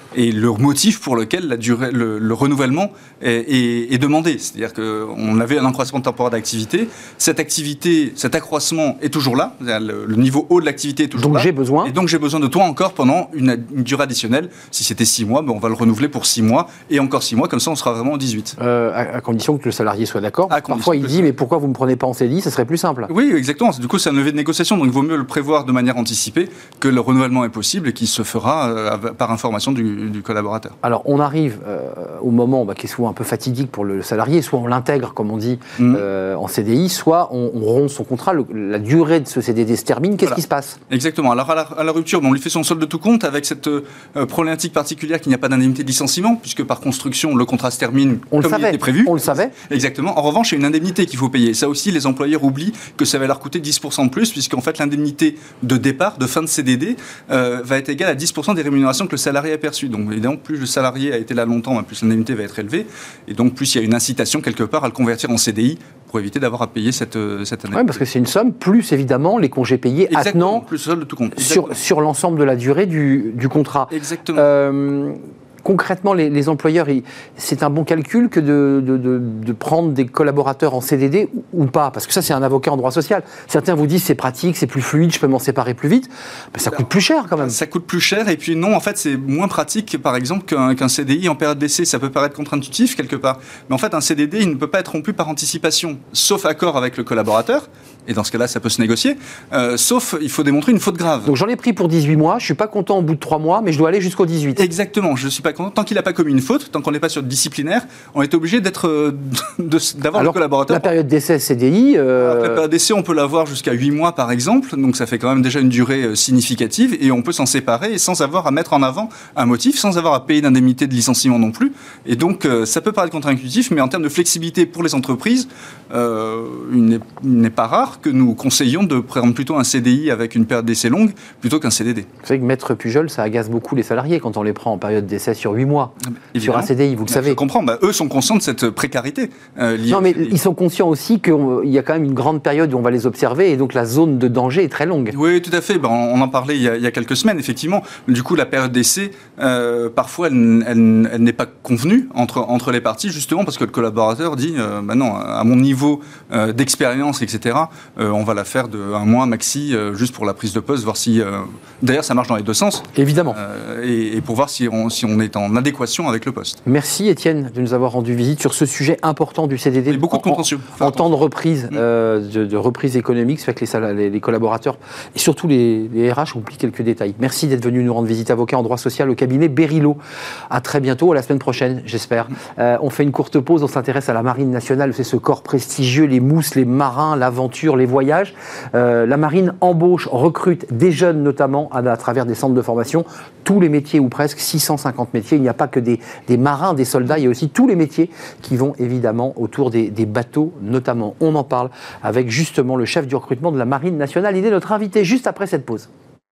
Speaker 3: et le motif pour lequel la durée, le, le renouvellement est, est, est demandé. C'est-à-dire qu'on avait un accroissement temporaire d'activité. Cette activité, cet accroissement est toujours là. Le, le niveau haut de l'activité est toujours
Speaker 1: donc
Speaker 3: là.
Speaker 1: Donc j'ai besoin.
Speaker 3: Et donc j'ai besoin de toi encore pendant une, une durée additionnelle. Si c'était six mois, ben on va le renouveler pour six mois et encore six mois. Comme ça, on sera vraiment en dix-huit.
Speaker 1: Euh, à, à condition que le salarié soit d'accord. Parfois, il dit, mais pourquoi vous ne me prenez pas en C D I? Ça serait plus simple.
Speaker 3: Oui, exactement. Du coup, c'est un levier de négociation. Donc, il vaut mieux le prévoir de manière anticipée que le renouvellement est possible et qu'il se fera euh, par information du, du collaborateur.
Speaker 1: Alors, on arrive euh, au moment bah, qui est souvent un peu fatidique pour le salarié. Soit on l'intègre, comme on dit, mmh. euh, en C D I, soit on, on rompt son contrat. Le, la durée de ce C D D se termine. Qu'est-ce voilà. qui se passe?
Speaker 3: Exactement. Alors, à la, à la rupture, bon, on lui fait son solde de tout compte avec cette euh, problématique particulière qu'il n'y a pas d'indemnité de licenciement, puisque par construction, le contrat se termine
Speaker 1: on
Speaker 3: comme
Speaker 1: le
Speaker 3: il était prévu.
Speaker 1: On le savait.
Speaker 3: Exactement. En revanche, il y a une indemnité qu'il faut payer. Ça aussi, les employeurs oublient que ça va leur coûter dix pour cent de plus, puisqu'en fait, l'indemnité de départ, de fin de C D D, euh, va être égale à dix pour cent des rémunérations que le salarié a perçues. Donc, évidemment, plus le salarié a été là longtemps, plus l'indemnité va être élevée. Et donc, plus il y a une incitation, quelque part, à le convertir en C D I pour éviter d'avoir à payer cette, cette indemnité.
Speaker 1: Oui, parce que c'est une somme, plus évidemment les congés payés
Speaker 3: Exactement,
Speaker 1: attenant
Speaker 3: plus le solde de tout compte.
Speaker 1: sur, sur l'ensemble de la durée du, du contrat.
Speaker 3: Exactement.
Speaker 1: Euh, Concrètement, les, les employeurs, ils, c'est un bon calcul que de, de, de, de prendre des collaborateurs en C D D ou, ou pas? Parce que ça, c'est un avocat en droit social. Certains vous disent c'est pratique, c'est plus fluide, je peux m'en séparer plus vite. Mais ça coûte plus cher quand même.
Speaker 3: Ça coûte plus cher et puis non, en fait, c'est moins pratique, par exemple, qu'un, qu'un C D I en période d'essai. Ça peut paraître contre-intuitif quelque part. Mais en fait, un C D D, il ne peut pas être rompu par anticipation, sauf accord avec le collaborateur. Et dans ce cas-là, ça peut se négocier. Euh, sauf, il faut démontrer une faute grave.
Speaker 1: Donc j'en ai pris pour dixhuit mois, je ne suis pas content au bout de trois mois, mais je dois aller jusqu'au dix-huit.
Speaker 3: Exactement, je ne suis pas content. Tant qu'il n'a pas commis une faute, tant qu'on n'est pas sur le disciplinaire, on est obligé d'être, de, d'avoir
Speaker 1: Alors,
Speaker 3: le collaborateur.
Speaker 1: La période d'essai C D I... Euh...
Speaker 3: Alors, la période d'essai, on peut l'avoir jusqu'à huit mois, par exemple. Donc ça fait quand même déjà une durée significative. Et on peut s'en séparer sans avoir à mettre en avant un motif, sans avoir à payer d'indemnité de licenciement non plus. Et donc, ça peut paraître contre-intuitif, mais en termes de flexibilité pour les entreprises, euh, il, n'est, il n'est pas rare que nous conseillons de prendre plutôt un C D I avec une période d'essai longue plutôt qu'un C D D.
Speaker 1: Vous savez que Maître Pujol, ça agace beaucoup les salariés quand on les prend en période d'essai sur huit mois, évidemment, sur un C D I, vous le
Speaker 3: bah,
Speaker 1: savez.
Speaker 3: Je comprends, bah, eux sont conscients de cette précarité. Euh, liée
Speaker 1: non, mais
Speaker 3: C D I.
Speaker 1: Ils sont conscients aussi qu'il y a quand même une grande période où on va les observer et donc la zone de danger est très longue.
Speaker 3: Oui, tout à fait. Bah, on en parlait il y, a, il y a quelques semaines, effectivement. Du coup, la période d'essai, euh, parfois, elle, elle, elle n'est pas convenue entre, entre les parties, justement parce que le collaborateur dit euh, bah non, à mon niveau euh, d'expérience, et cetera, euh, on va la faire de un mois maxi, euh, juste pour la prise de poste, voir si... Euh, d'ailleurs, ça marche dans les deux sens.
Speaker 1: Évidemment.
Speaker 3: Euh, et, et pour voir si on, si on est en adéquation avec le poste.
Speaker 1: Merci Étienne de nous avoir rendu visite sur ce sujet important du C D D.
Speaker 3: Et beaucoup de contentieux.
Speaker 1: En, en temps de reprise, mmh. euh, de, de reprise économique, ça fait que les, salariés, les, les collaborateurs et surtout les, les R H oublient quelques détails. Merci d'être venu nous rendre visite, avocat en droit social au cabinet Berilo. À très bientôt, à la semaine prochaine, j'espère. Mmh. Euh, on fait une courte pause, on s'intéresse à la Marine nationale. C'est ce corps prestigieux, les mousses, les marins, l'aventure, les voyages. Euh, la Marine embauche, recrute des jeunes notamment à, à travers des centres de formation. Tous les métiers ou presque, six cent cinquante métiers. Il n'y a pas que des, des marins, des soldats, il y a aussi tous les métiers qui vont évidemment autour des, des bateaux notamment. On en parle avec justement le chef du recrutement de la Marine nationale. Il est notre invité juste après cette pause.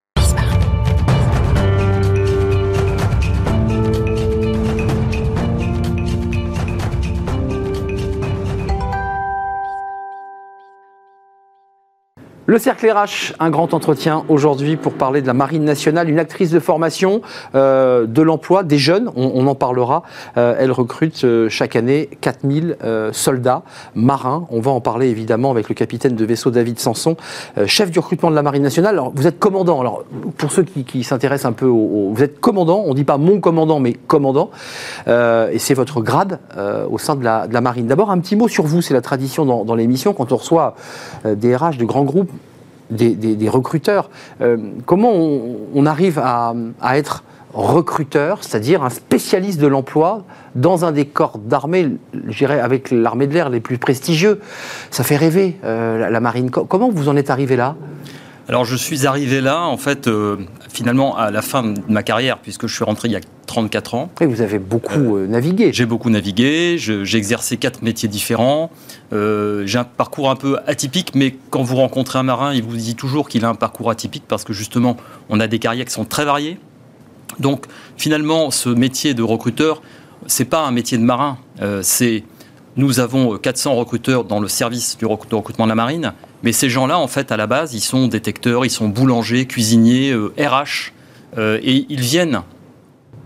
Speaker 1: Le Cercle R H, un grand entretien aujourd'hui pour parler de la Marine nationale, une actrice de formation, euh, de l'emploi, des jeunes, on, on en parlera. Euh, elle recrute euh, chaque année quatre mille euh, soldats marins. On va en parler évidemment avec le capitaine de vaisseau David Sanson, euh, chef du recrutement de la Marine nationale. Alors, vous êtes commandant. Alors, pour ceux qui, qui s'intéressent un peu, au, au, vous êtes commandant. On ne dit pas mon commandant, mais commandant. Euh, et c'est votre grade euh, au sein de la, de la Marine. D'abord, un petit mot sur vous. C'est la tradition dans, dans l'émission quand on reçoit euh, des R H de grands groupes. Des, des, des recruteurs. Euh, comment on, on arrive à, à être recruteur, c'est-à-dire un spécialiste de l'emploi dans un des corps d'armée, je dirais avec l'armée de l'air les plus prestigieux? Ça fait rêver, euh, la, la marine. Co- comment vous en êtes arrivé là ?
Speaker 4: Alors je suis arrivé là, en fait, euh, finalement à la fin de ma carrière, puisque je suis rentré il y a trente-quatre ans.
Speaker 1: Oui, vous avez beaucoup euh, navigué.
Speaker 4: J'ai beaucoup navigué, je, j'ai exercé quatre métiers différents. Euh, j'ai un parcours un peu atypique, mais quand vous rencontrez un marin, il vous dit toujours qu'il a un parcours atypique, parce que justement, on a des carrières qui sont très variées. Donc finalement, ce métier de recruteur, c'est pas un métier de marin, euh, c'est... Nous avons quatre cents recruteurs dans le service du recrutement de la marine, mais ces gens-là, en fait, à la base, ils sont détecteurs, ils sont boulangers, cuisiniers, euh, R H, euh, et ils viennent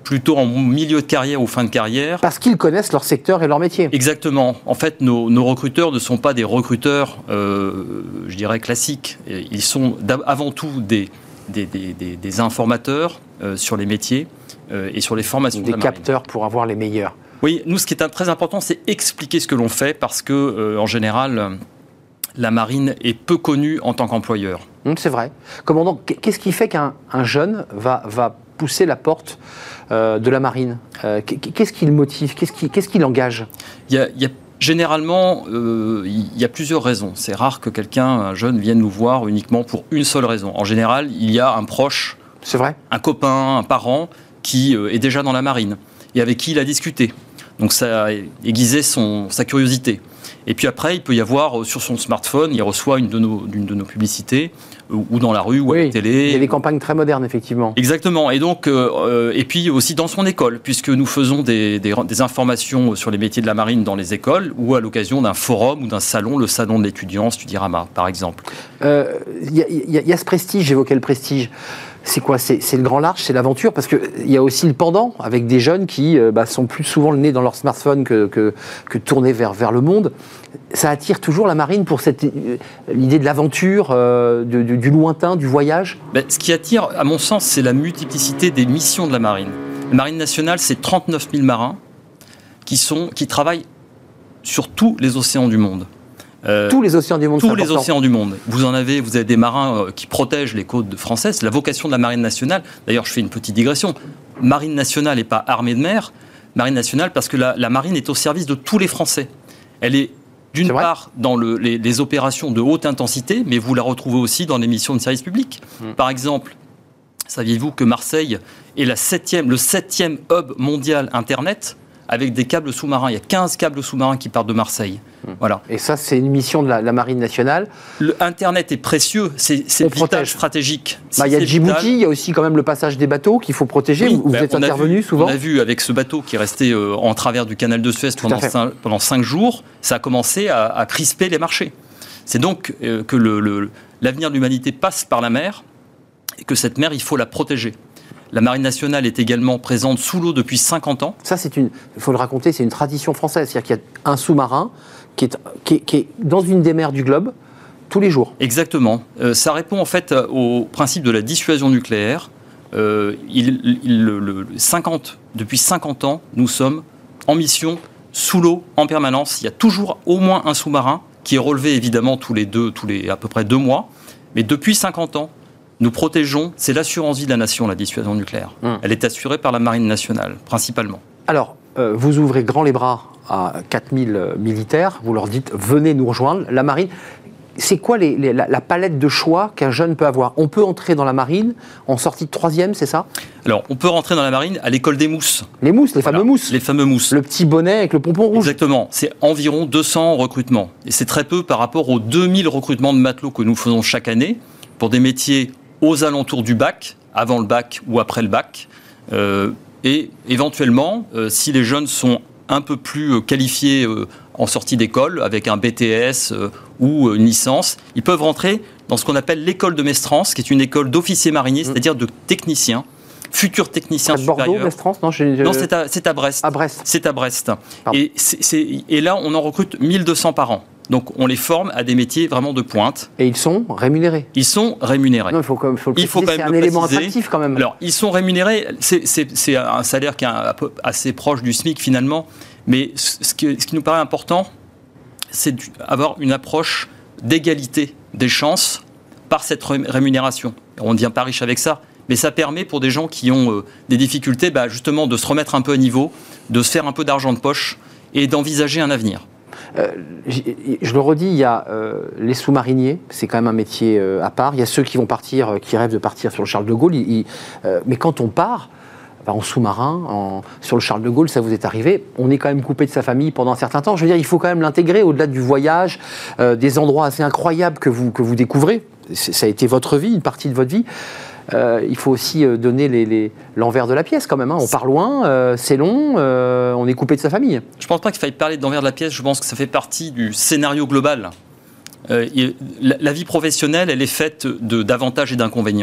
Speaker 4: plutôt en milieu de carrière ou fin de carrière.
Speaker 1: Parce qu'ils connaissent leur secteur et leur métier.
Speaker 4: Exactement. En fait, nos, nos recruteurs ne sont pas des recruteurs, euh, je dirais, classiques. Ils sont avant tout des, des, des, des, des informateurs euh, sur les métiers euh, et sur les formations
Speaker 1: des
Speaker 4: de la marine.
Speaker 1: Capteurs pour avoir les meilleurs.
Speaker 4: Oui, nous, ce qui est très important, c'est expliquer ce que l'on fait parce que, euh, en général, la marine est peu connue en tant qu'employeur.
Speaker 1: Mmh, c'est vrai. Commandant, qu'est-ce qui fait qu'un un jeune va, va pousser la porte euh, de la marine euh, Qu'est-ce qui le motive? Qu'est-ce qui, qu'est-ce qui l'engage?
Speaker 4: Il y a, il y a généralement, euh, il y a plusieurs raisons. C'est rare que quelqu'un, un jeune, vienne nous voir uniquement pour une seule raison. En général, il y a un proche,
Speaker 1: c'est vrai,
Speaker 4: un copain, un parent qui euh, est déjà dans la marine et avec qui il a discuté. Donc ça a aiguisé son, sa curiosité. Et puis après, il peut y avoir sur son smartphone, il reçoit une de nos, une de nos publicités, ou dans la rue, ou
Speaker 1: oui,
Speaker 4: à la télé.
Speaker 1: Il y a des campagnes très modernes, effectivement.
Speaker 4: Exactement. Et donc, euh, et puis aussi dans son école, puisque nous faisons des, des, des informations sur les métiers de la marine dans les écoles, ou à l'occasion d'un forum ou d'un salon, le salon de l'étudiant Studirama, par exemple.
Speaker 1: Il euh, y, y, y a ce prestige, j'évoquais le prestige. C'est quoi? C'est, c'est le grand large, c'est l'aventure, parce qu'il y a aussi le pendant, avec des jeunes qui euh, bah, sont plus souvent le nez dans leur smartphone que, que, que tournés vers, vers le monde. Ça attire toujours la marine pour cette, euh, l'idée de l'aventure, euh, de, de, du lointain, du voyage?
Speaker 4: Ben, ce qui attire, à mon sens, c'est la multiplicité des missions de la marine. La marine nationale, c'est trente-neuf mille marins qui, sont, qui travaillent sur tous les océans du monde.
Speaker 1: Euh, tous les océans du monde.
Speaker 4: Tous les océans du monde. Vous en avez, vous avez des marins euh, qui protègent les côtes françaises. C'est la vocation de la marine nationale. D'ailleurs, je fais une petite digression. Marine nationale et pas armée de mer. Marine nationale parce que la, la marine est au service de tous les Français. Elle est d'une
Speaker 1: C'est
Speaker 4: part dans le, les, les opérations de haute intensité, mais vous la retrouvez aussi dans les missions de service public. Mmh. Par exemple, saviez-vous que Marseille est la septième, le septième hub mondial Internet avec des câbles sous-marins? Il y a quinze câbles sous-marins qui partent de Marseille. Voilà.
Speaker 1: Et ça, c'est une mission de la, la Marine nationale.
Speaker 4: Le Internet est précieux, c'est, c'est vital, protège. Stratégique.
Speaker 1: Si bah, il y a Djibouti, il y a aussi quand même le passage des bateaux qu'il faut protéger. Oui, vous, vous ben, êtes intervenu
Speaker 4: vu,
Speaker 1: souvent.
Speaker 4: On a vu avec ce bateau qui est resté euh, en travers du canal de Suez pendant cinq, pendant cinq jours, ça a commencé à, à crisper les marchés. C'est donc euh, que le, le, l'avenir de l'humanité passe par la mer et que cette mer, il faut la protéger. La Marine nationale est également présente sous l'eau depuis cinquante ans.
Speaker 1: Ça, c'est une, il faut le raconter, c'est une tradition française. C'est-à-dire qu'il y a un sous-marin qui est, qui est, qui est dans une des mers du globe tous les jours.
Speaker 4: Exactement. Euh, ça répond en fait au principe de la dissuasion nucléaire. Euh, il, il, le, le, cinquante, depuis cinquante ans, nous sommes en mission sous l'eau en permanence. Il y a toujours au moins un sous-marin qui est relevé évidemment tous les deux, tous les à peu près deux mois. Mais depuis cinquante ans, nous protégeons, c'est l'assurance vie de la nation, la dissuasion nucléaire. Mmh. Elle est assurée par la Marine nationale, principalement.
Speaker 1: Alors, euh, vous ouvrez grand les bras à quatre mille militaires, vous leur dites « venez nous rejoindre ». La Marine, c'est quoi les, les, la, la palette de choix qu'un jeune peut avoir? On peut entrer dans la Marine en sortie de troisième, c'est ça?
Speaker 4: Alors, on peut rentrer dans la Marine à l'école des mousses.
Speaker 1: Les mousses, les
Speaker 4: voilà,
Speaker 1: fameux mousses.
Speaker 4: Les fameux mousses.
Speaker 1: Le petit bonnet avec le pompon rouge.
Speaker 4: Exactement. C'est environ deux cents recrutements. Et c'est très peu par rapport aux deux mille recrutements de matelots que nous faisons chaque année pour des métiers aux alentours du bac, avant le bac ou après le bac. Euh, et éventuellement, euh, si les jeunes sont un peu plus euh, qualifiés euh, en sortie d'école, avec un B T S euh, ou une licence, ils peuvent rentrer dans ce qu'on appelle l'école de Mestrance, qui est une école d'officiers mariniers, mmh. c'est-à-dire de techniciens, futurs techniciens supérieurs.
Speaker 1: Bordeaux, Mestrance, non, je, je...
Speaker 4: non c'est, à, c'est à Brest.
Speaker 1: À Brest.
Speaker 4: C'est à Brest. Et, c'est, c'est, et là, on en recrute mille deux cents par an. Donc, on les forme à des métiers vraiment de pointe.
Speaker 1: Et ils sont rémunérés.
Speaker 4: Ils sont rémunérés.
Speaker 1: Non, il faut, quand même, faut le
Speaker 4: il faut quand même
Speaker 1: c'est un
Speaker 4: le
Speaker 1: élément
Speaker 4: préciser.
Speaker 1: Attractif quand même.
Speaker 4: Alors, ils sont rémunérés. C'est, c'est, c'est un salaire qui est un, assez proche du SMIC finalement. Mais ce qui, ce qui nous paraît important, c'est d'avoir une approche d'égalité des chances par cette rémunération. On ne devient pas riche avec ça. Mais ça permet pour des gens qui ont euh, des difficultés, bah, justement, de se remettre un peu à niveau, de se faire un peu d'argent de poche et d'envisager un avenir.
Speaker 1: Euh, je le redis, il y a euh, les sous-mariniers, c'est quand même un métier euh, à part. Il y a ceux qui vont partir, euh, qui rêvent de partir sur le Charles de Gaulle. Ils, ils, euh, mais quand on part, en sous-marin, en, sur le Charles de Gaulle, ça vous est arrivé, on est quand même coupé de sa famille pendant un certain temps. Je veux dire, il faut quand même l'intégrer au-delà du voyage, euh, des endroits assez incroyables que vous, que vous découvrez. C'est, ça a été votre vie, une partie de votre vie. Euh, il faut aussi euh, donner les, les, l'envers de la pièce quand même. Hein. On part loin, euh, c'est long, euh, on est coupé de sa famille.
Speaker 4: Je ne pense pas qu'il faille parler d'envers de la pièce, je pense que ça fait partie du scénario global. Euh, il, la, la vie professionnelle, elle est faite de, d'avantages et d'inconvénients.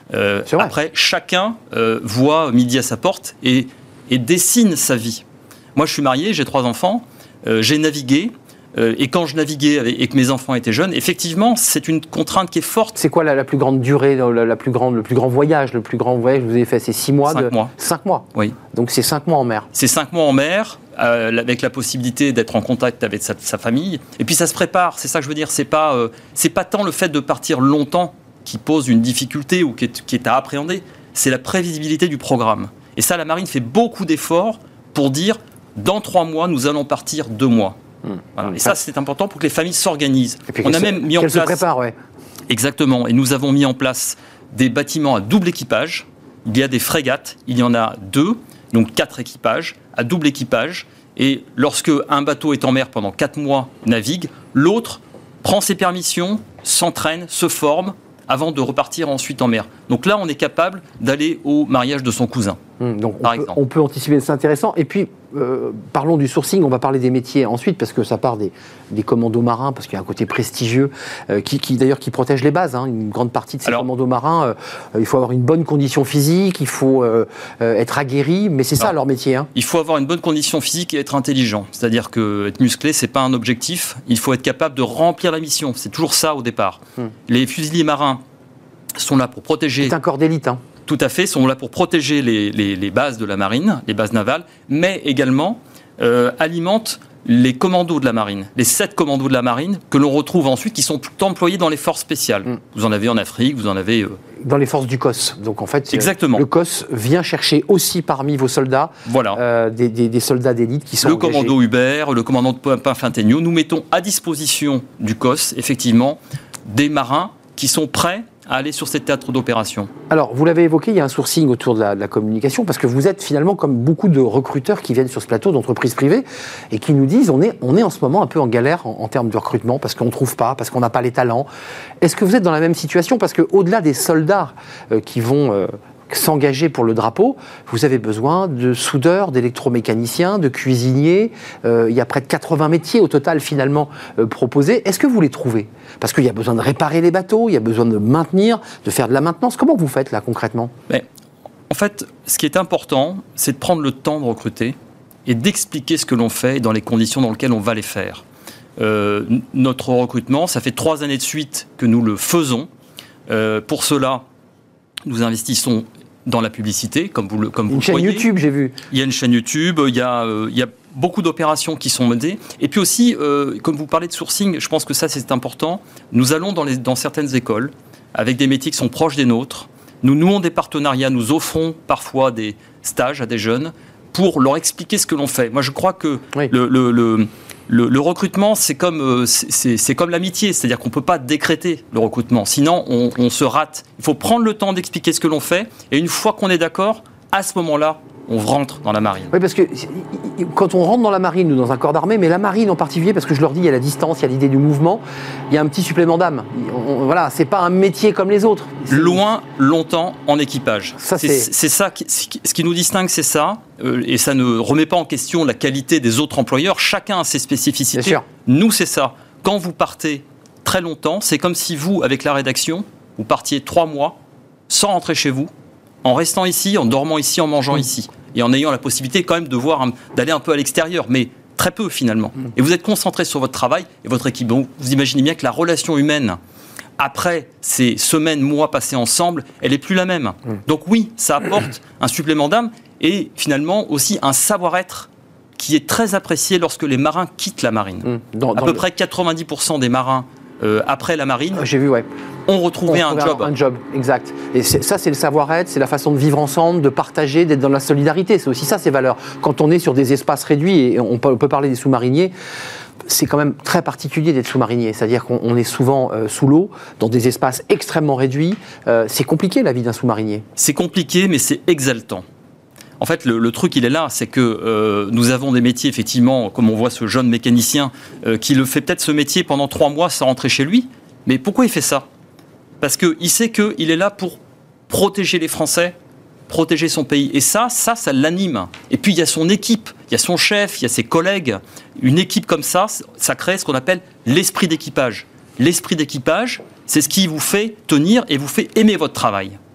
Speaker 4: Euh, après, chacun euh, voit midi à sa porte et, et dessine sa vie. Moi, je suis marié, j'ai trois enfants, euh, j'ai navigué. Euh, et quand je naviguais avec, et que mes enfants étaient jeunes, effectivement, c'est une contrainte qui est forte.
Speaker 1: C'est quoi la, la plus grande durée, la, la plus grande, le plus grand voyage, le plus grand voyage que vous avez fait? C'est six mois.
Speaker 4: Cinq
Speaker 1: de...
Speaker 4: mois.
Speaker 1: Cinq mois.
Speaker 4: Oui.
Speaker 1: Donc c'est cinq mois en mer.
Speaker 4: C'est cinq mois en mer, euh, avec la possibilité d'être en contact avec sa, sa famille. Et puis ça se prépare. C'est ça que je veux dire. C'est pas, euh, c'est pas tant le fait de partir longtemps qui pose une difficulté ou qui est, qui est à appréhender. C'est la prévisibilité du programme. Et ça, la marine fait beaucoup d'efforts pour dire dans trois mois, nous allons partir deux mois. Mmh. Voilà. Et ça, c'est important pour que les familles s'organisent.
Speaker 1: On a même mis en place. Qu'elles se préparent, ouais.
Speaker 4: Exactement. Et nous avons mis en place des bâtiments à double équipage. Il y a des frégates. Il y en a deux, donc quatre équipages à double équipage. Et lorsque un bateau est en mer pendant quatre mois, navigue, l'autre prend ses permissions, s'entraîne, se forme avant de repartir ensuite en mer. Donc là, on est capable d'aller au mariage de son cousin.
Speaker 1: Mmh, donc par on, exemple. Peut, on peut anticiper, c'est intéressant. Et puis, euh, parlons du sourcing, on va parler des métiers ensuite, parce que ça part des, des commandos marins, parce qu'il y a un côté prestigieux, euh, qui, qui d'ailleurs qui protège les bases. Hein, une grande partie de ces Alors, commandos marins, euh, il faut avoir une bonne condition physique, il faut euh, euh, être aguerri, mais c'est non. ça leur métier. Hein.
Speaker 4: Il faut avoir une bonne condition physique et être intelligent. C'est-à-dire qu'être musclé, c'est pas un objectif. Il faut être capable de remplir la mission. C'est toujours ça au départ. Mmh. Les fusiliers marins sont là pour protéger...
Speaker 1: C'est un corps d'élite, hein.
Speaker 4: Tout à fait, sont là pour protéger les, les, les bases de la marine, les bases navales, mais également euh, alimentent les commandos de la marine, les sept commandos de la marine que l'on retrouve ensuite, qui sont employés dans les forces spéciales. Mmh. Vous en avez en Afrique, vous en avez... Euh...
Speaker 1: Dans les forces du C O S. Donc en fait,
Speaker 4: Exactement.
Speaker 1: le C O S vient chercher aussi parmi vos soldats
Speaker 4: voilà.
Speaker 1: euh, des, des, des soldats d'élite qui sont
Speaker 4: Le
Speaker 1: engagés.
Speaker 4: commando Hubert, le commandant de Pinfintegno, nous mettons à disposition du C O S, effectivement, des marins qui sont prêts à aller sur ces théâtres d'opération.
Speaker 1: Alors, vous l'avez évoqué, il y a un sourcing autour de la, de la communication, parce que vous êtes finalement comme beaucoup de recruteurs qui viennent sur ce plateau d'entreprises privées et qui nous disent on est, on est en ce moment un peu en galère en, en termes de recrutement, parce qu'on ne trouve pas, parce qu'on n'a pas les talents. Est-ce que vous êtes dans la même situation? Parce qu'au-delà des soldats euh, qui vont... Euh, s'engager pour le drapeau, vous avez besoin de soudeurs, d'électromécaniciens, de cuisiniers. Euh, il y a près de quatre-vingts métiers au total finalement euh, proposés. Est-ce que vous les trouvez? Parce qu'il y a besoin de réparer les bateaux, il y a besoin de maintenir, de faire de la maintenance. Comment vous faites là concrètement?
Speaker 4: Mais, en fait, ce qui est important, c'est de prendre le temps de recruter et d'expliquer ce que l'on fait dans les conditions dans lesquelles on va les faire. Euh, notre recrutement, ça fait trois années de suite que nous le faisons. Euh, pour cela, nous investissons dans la publicité, comme vous le comme vous
Speaker 1: Une chaîne
Speaker 4: voyez.
Speaker 1: YouTube, j'ai vu.
Speaker 4: Il y a une chaîne YouTube, il y a, euh, il y a beaucoup d'opérations qui sont menées. Et puis aussi, euh, comme vous parlez de sourcing, je pense que ça, c'est important. Nous allons dans, les, dans certaines écoles, avec des métiers qui sont proches des nôtres. Nous nouons des partenariats, nous offrons parfois des stages à des jeunes pour leur expliquer ce que l'on fait. Moi, je crois que oui. le... le, le Le, le recrutement, c'est comme, euh, c'est, c'est comme l'amitié, c'est-à-dire qu'on ne peut pas décréter le recrutement, sinon on, on se rate. Il faut prendre le temps d'expliquer ce que l'on fait, et une fois qu'on est d'accord, à ce moment-là, on rentre dans la marine.
Speaker 1: Oui, parce que quand on rentre dans la marine ou dans un corps d'armée, mais la marine en particulier, parce que je leur dis, il y a la distance, il y a l'idée du mouvement, il y a un petit supplément d'âme. On, voilà, c'est pas un métier comme les autres. C'est...
Speaker 4: Loin, longtemps, en équipage.
Speaker 1: Ça, c'est...
Speaker 4: C'est, c'est ça, qui, ce qui nous distingue, c'est ça, euh, et ça ne remet pas en question la qualité des autres employeurs. Chacun a ses spécificités.
Speaker 1: Bien sûr.
Speaker 4: Nous, c'est ça. Quand vous partez très longtemps, c'est comme si vous, avec la rédaction, vous partiez trois mois sans rentrer chez vous, en restant ici, en dormant ici, en mangeant mmh. ici, et en ayant la possibilité quand même de voir, d'aller un peu à l'extérieur, mais très peu finalement. Mmh. Et vous êtes concentré sur votre travail et votre équipe. Donc vous imaginez bien que la relation humaine, après ces semaines, mois passés ensemble, elle n'est plus la même. Mmh. Donc oui, ça apporte un supplément d'âme et finalement aussi un savoir-être qui est très apprécié lorsque les marins quittent la marine. Mmh. Dans, dans à peu le... près quatre-vingt-dix pour cent des marins Euh, après la marine,
Speaker 1: j'ai vu, ouais.
Speaker 4: on retrouvait un job.
Speaker 1: Un, un job, exact. Et c'est, ça, c'est le savoir-être, c'est la façon de vivre ensemble, de partager, d'être dans la solidarité. C'est aussi ça, ces valeurs. Quand on est sur des espaces réduits, et on peut, on peut parler des sous-mariniers, c'est quand même très particulier d'être sous-marinier. C'est-à-dire qu'on on est souvent euh, sous l'eau, dans des espaces extrêmement réduits. Euh, c'est compliqué, la vie d'un sous-marinier.
Speaker 4: C'est compliqué, mais c'est exaltant. En fait, le, le truc, il est là, c'est que euh, nous avons des métiers, effectivement, comme on voit ce jeune mécanicien euh, qui le fait peut-être ce métier pendant trois mois sans rentrer chez lui. Mais pourquoi il fait ça? Parce qu'il sait qu'il est là pour protéger les Français, protéger son pays. Et ça, ça, ça l'anime. Et puis, il y a son équipe, il y a son chef, il y a ses collègues. Une équipe comme ça, ça crée ce qu'on appelle l'esprit d'équipage. L'esprit d'équipage, c'est ce qui vous fait tenir et vous fait aimer votre travail.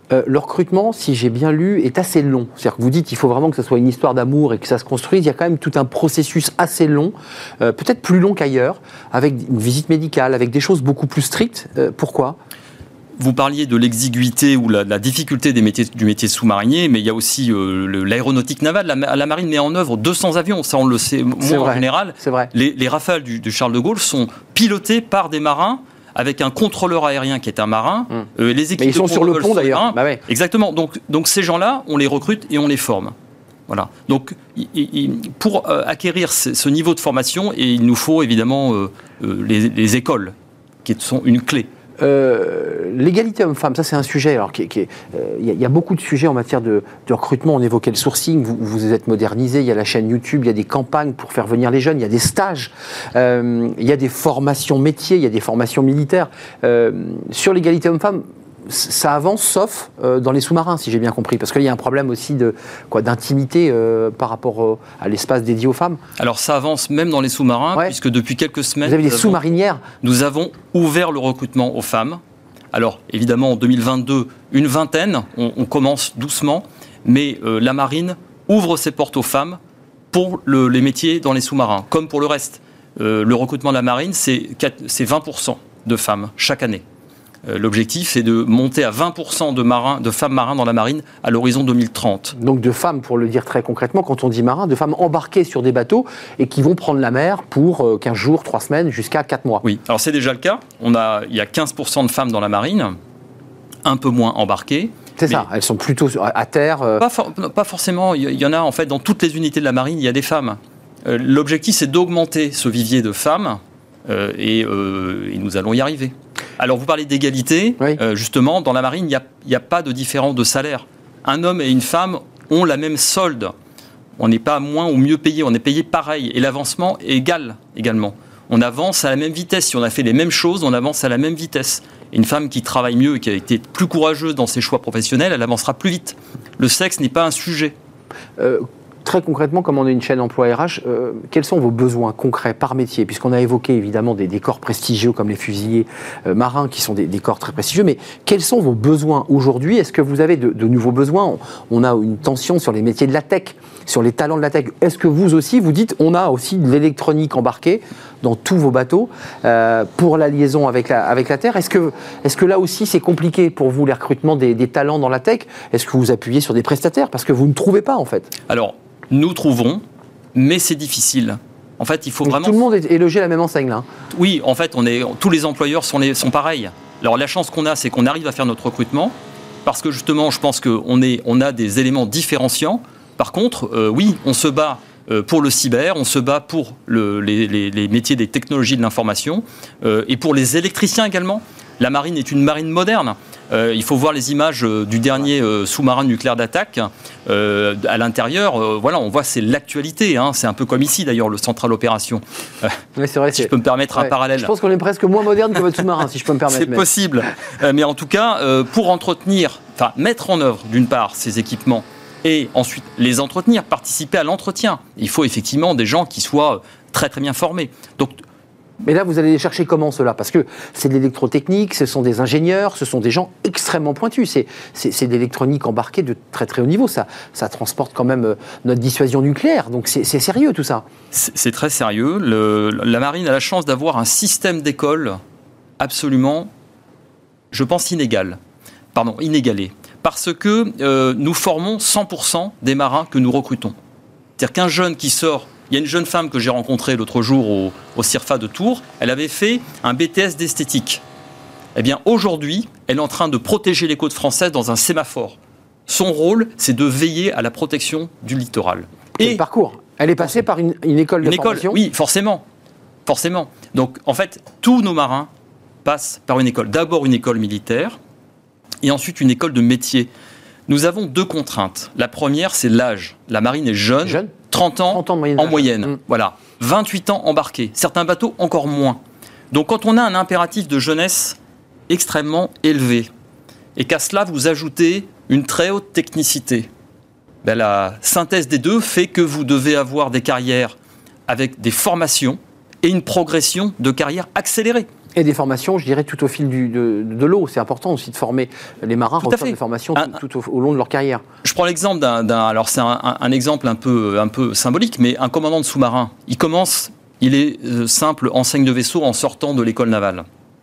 Speaker 1: Euh, le recrutement, si j'ai bien lu, est assez long. C'est-à-dire que vous dites qu'il faut vraiment que ça soit une histoire d'amour et que ça se construise. Il y a quand même tout un processus assez long, euh, peut-être plus long qu'ailleurs, avec une visite médicale, avec des choses beaucoup plus strictes. Euh, pourquoi ?
Speaker 4: Vous parliez de l'exiguïté ou la, la difficulté des métiers, du métier sous-marinier, mais il y a aussi euh, le, l'aéronautique navale. La, la marine met en œuvre deux cents avions, ça on le sait moins en général.
Speaker 1: C'est vrai.
Speaker 4: Les, les Rafales du, du Charles de Gaulle sont pilotées par des marins, avec un contrôleur aérien qui est un marin.
Speaker 1: Hum.
Speaker 4: Euh, les équipes
Speaker 1: mais ils sont
Speaker 4: de
Speaker 1: sur le pont d'ailleurs.
Speaker 4: Bah ouais. Exactement. Donc, donc ces gens-là, on les recrute et on les forme. Voilà. Donc, il, il, pour euh, acquérir ce, ce niveau de formation, et il nous faut évidemment euh, euh, les, les écoles, qui sont une clé.
Speaker 1: Euh, l'égalité homme-femme, ça c'est un sujet. Alors, il qui, euh, y, y a beaucoup de sujets en matière de, de recrutement. On évoquait le sourcing, vous vous êtes modernisé. Il y a la chaîne YouTube, il y a des campagnes pour faire venir les jeunes, il y a des stages, euh, il y a des formations métiers, il y a des formations militaires. Euh, sur l'égalité homme-femme, ça avance, sauf euh, dans les sous-marins, si j'ai bien compris, parce qu'il y a un problème aussi de quoi, d'intimité euh, par rapport euh, à l'espace dédié aux femmes.
Speaker 4: Alors ça avance même dans les sous-marins, ouais. puisque depuis quelques semaines,
Speaker 1: vous avez des
Speaker 4: nous
Speaker 1: sous-marinières.
Speaker 4: Avons, nous avons ouvert le recrutement aux femmes. Alors évidemment, en deux mille vingt-deux, une vingtaine, on, on commence doucement, mais euh, la marine ouvre ses portes aux femmes pour le, les métiers dans les sous-marins, comme pour le reste. Euh, le recrutement de la marine, c'est, c'est vingt pour cent de femmes chaque année. L'objectif, c'est de monter à vingt pour cent de, marins, de femmes marins dans la marine à l'horizon deux mille trente.
Speaker 1: Donc de femmes, pour le dire très concrètement, quand on dit marins, de femmes embarquées sur des bateaux et qui vont prendre la mer pour quinze jours, trois semaines, jusqu'à quatre mois.
Speaker 4: Oui, alors c'est déjà le cas. On a, il y a quinze pour cent de femmes dans la marine, un peu moins embarquées.
Speaker 1: C'est ça, elles sont plutôt à terre. Euh...
Speaker 4: Pas, for, pas forcément, il y en a en fait dans toutes les unités de la marine, il y a des femmes. Euh, l'objectif, c'est d'augmenter ce vivier de femmes euh, et, euh, et nous allons y arriver. Alors, vous parlez d'égalité. Oui. Euh, justement, dans la marine, il n'y a, a pas de différence de salaire. Un homme et une femme ont la même solde. On n'est pas moins ou mieux payé, on est payé pareil. Et l'avancement est égal également. On avance à la même vitesse. Si on a fait les mêmes choses, on avance à la même vitesse. Et une femme qui travaille mieux et qui a été plus courageuse dans ses choix professionnels, elle avancera plus vite. Le sexe n'est pas un sujet.
Speaker 1: Euh... Très concrètement, comme on est une chaîne emploi R H, euh, quels sont vos besoins concrets par métier ? Puisqu'on a évoqué évidemment des, des corps prestigieux comme les fusiliers euh, marins, qui sont des, des corps très prestigieux, mais quels sont vos besoins aujourd'hui ? Est-ce que vous avez de, de nouveaux besoins ? on, on a une tension sur les métiers de la tech, sur les talents de la tech. Est-ce que vous aussi, vous dites, on a aussi de l'électronique embarquée dans tous vos bateaux euh, pour la liaison avec la, avec la Terre ? Est-ce que, est-ce que là aussi, c'est compliqué pour vous, les recrutements des, des talents dans la tech ? Est-ce que vous appuyez sur des prestataires ? Parce que vous ne trouvez pas, en fait.
Speaker 4: Alors, nous trouvons, mais c'est difficile. En fait, il faut
Speaker 1: Donc
Speaker 4: vraiment...
Speaker 1: Tout le monde est logé à la même enseigne, là.
Speaker 4: Oui, en fait, on est... tous les employeurs sont, les... sont pareils. Alors, la chance qu'on a, c'est qu'on arrive à faire notre recrutement, parce que justement, je pense qu'on est... on a des éléments différenciants. Par contre, euh, oui, on se bat euh, pour le cyber, on se bat pour le... les... Les... les métiers des technologies de l'information, euh, et pour les électriciens également. La marine est une marine moderne. Euh, il faut voir les images euh, du dernier euh, sous-marin nucléaire d'attaque. Euh, à l'intérieur, euh, voilà, on voit c'est l'actualité. Hein. C'est un peu comme ici d'ailleurs, le Central Opération. Euh,
Speaker 1: oui, c'est vrai.
Speaker 4: Si
Speaker 1: c'est...
Speaker 4: je peux me permettre ouais. un parallèle.
Speaker 1: Je pense qu'on est presque moins moderne que votre sous-marin, si je peux me permettre.
Speaker 4: C'est mais... possible. Euh, mais en tout cas, euh, pour entretenir, enfin mettre en œuvre d'une part ces équipements et ensuite les entretenir, participer à l'entretien, il faut effectivement des gens qui soient très très bien formés. Donc
Speaker 1: mais là, vous allez les chercher comment, ceux-là ? Parce que c'est de l'électrotechnique, ce sont des ingénieurs, ce sont des gens extrêmement pointus. C'est, c'est, c'est de l'électronique embarquée de très très haut niveau. Ça, ça transporte quand même notre dissuasion nucléaire. Donc c'est, c'est sérieux tout ça.
Speaker 4: C'est, c'est très sérieux. Le, la marine a la chance d'avoir un système d'école absolument, je pense, inégal. Pardon, inégalé. Parce que euh, nous formons cent pour cent des marins que nous recrutons. C'est-à-dire qu'un jeune qui sort... Il y a une jeune femme que j'ai rencontrée l'autre jour au, au CIRFA de Tours. Elle avait fait un B T S d'esthétique. Eh bien, aujourd'hui, elle est en train de protéger les côtes françaises dans un sémaphore. Son rôle, c'est de veiller à la protection du littoral.
Speaker 1: Et le parcours. Elle est passée par une, une école de
Speaker 4: une
Speaker 1: formation.
Speaker 4: École, oui, forcément. Forcément. Donc, en fait, tous nos marins passent par une école. D'abord une école militaire et ensuite une école de métier. Nous avons deux contraintes. La première, c'est l'âge. La marine est jeune, jeune. trente ans, trente ans moyenne en moyenne. Mmh. Voilà. vingt-huit ans embarqués. Certains bateaux, encore moins. Donc, quand on a un impératif de jeunesse extrêmement élevé, et qu'à cela, vous ajoutez une très haute technicité, ben, la synthèse des deux fait que vous devez avoir des carrières avec des formations et une progression de carrière accélérée.
Speaker 1: Et des formations, je dirais, tout au fil du, de, de l'eau. C'est important aussi de former les marins,
Speaker 4: tout
Speaker 1: reçoivent des formations
Speaker 4: un,
Speaker 1: tout, tout au, au long de leur carrière.
Speaker 4: Je prends l'exemple d'un... d'un alors c'est un, un, un exemple un peu, un peu symbolique, mais un commandant de sous-marin, il commence, il est euh, simple enseigne de vaisseau en sortant de l'école navale.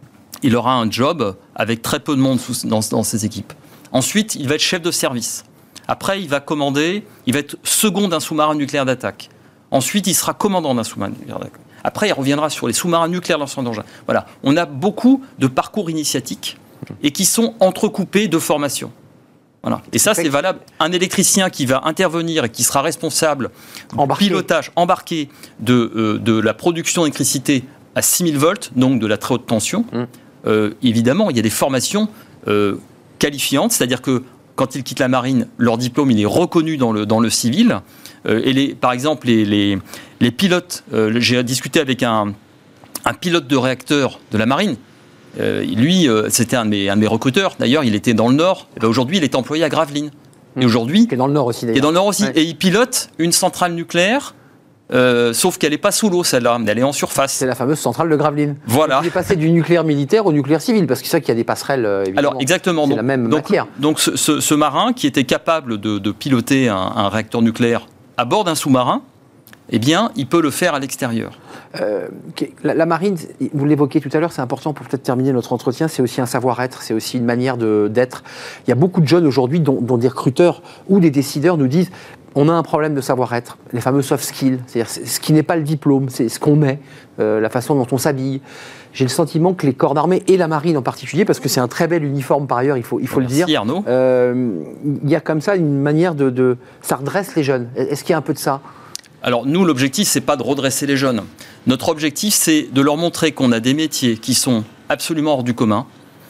Speaker 4: Il aura un job avec très peu de monde sous, dans, dans ses équipes. Ensuite, il va être chef de service. Après, il va commander, il va être second d'un sous-marin nucléaire d'attaque. Ensuite, il sera commandant d'un sous-marin nucléaire d'attaque. Après, il reviendra sur les sous-marins nucléaires lanceurs d'engins. Voilà, on a beaucoup de parcours initiatiques et qui sont entrecoupés de formations. Voilà. Et ça, c'est valable. Un électricien qui va intervenir et qui sera responsable
Speaker 1: embarqué.
Speaker 4: du pilotage embarqué de, euh, de la production d'électricité à six mille volts, donc de la très haute tension, mmh. euh, évidemment, il y a des formations euh, qualifiantes, c'est-à-dire que quand ils quittent la marine, leur diplôme il est reconnu dans le, dans le civil. Euh, et les, par exemple, les, les, les pilotes, euh, j'ai discuté avec un, un pilote de réacteur de la marine. Euh, lui, euh, c'était un de, mes, un de mes recruteurs. D'ailleurs, il était dans le Nord. Et ben, aujourd'hui, il est employé à Gravelines. Mmh. Et aujourd'hui,
Speaker 1: qui est dans le Nord aussi. D'ailleurs.
Speaker 4: Qui est dans le Nord aussi.
Speaker 1: Ouais.
Speaker 4: Et il pilote une centrale nucléaire. Euh, sauf qu'elle n'est pas sous l'eau, celle-là, elle est en surface.
Speaker 1: C'est la fameuse centrale de Gravelines.
Speaker 4: Voilà.
Speaker 1: Il est passé du nucléaire militaire au nucléaire civil, parce que c'est ça qu'il y a des passerelles, évidemment.
Speaker 4: Alors, exactement.
Speaker 1: C'est
Speaker 4: donc,
Speaker 1: la même
Speaker 4: donc,
Speaker 1: matière.
Speaker 4: Donc, ce, ce, ce marin qui était capable de, de piloter un, un réacteur nucléaire à bord d'un sous-marin, eh bien, il peut le faire à l'extérieur.
Speaker 1: Euh, la, la marine, vous l'évoquiez tout à l'heure, c'est important pour peut-être terminer notre entretien, c'est aussi un savoir-être, c'est aussi une manière de, d'être. Il y a beaucoup de jeunes aujourd'hui, dont, dont des recruteurs ou des décideurs nous disent on a un problème de savoir-être, les fameux soft skills, c'est-à-dire ce qui n'est pas le diplôme, c'est ce qu'on met, euh, la façon dont on s'habille. J'ai le sentiment que les corps d'armée et la marine en particulier, parce que c'est un très bel uniforme par ailleurs, il faut, il faut
Speaker 4: Merci
Speaker 1: le dire.
Speaker 4: Arnaud.
Speaker 1: Euh, il y a comme ça une manière de, de... Ça redresse les jeunes. Est-ce qu'il y a un peu de ça ?
Speaker 4: Alors nous, l'objectif, c'est pas de redresser les jeunes. Notre objectif, c'est de leur montrer qu'on a des métiers qui sont absolument hors du commun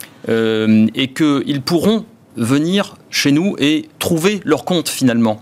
Speaker 4: euh, et qu'ils pourront venir chez nous et trouver leur compte finalement.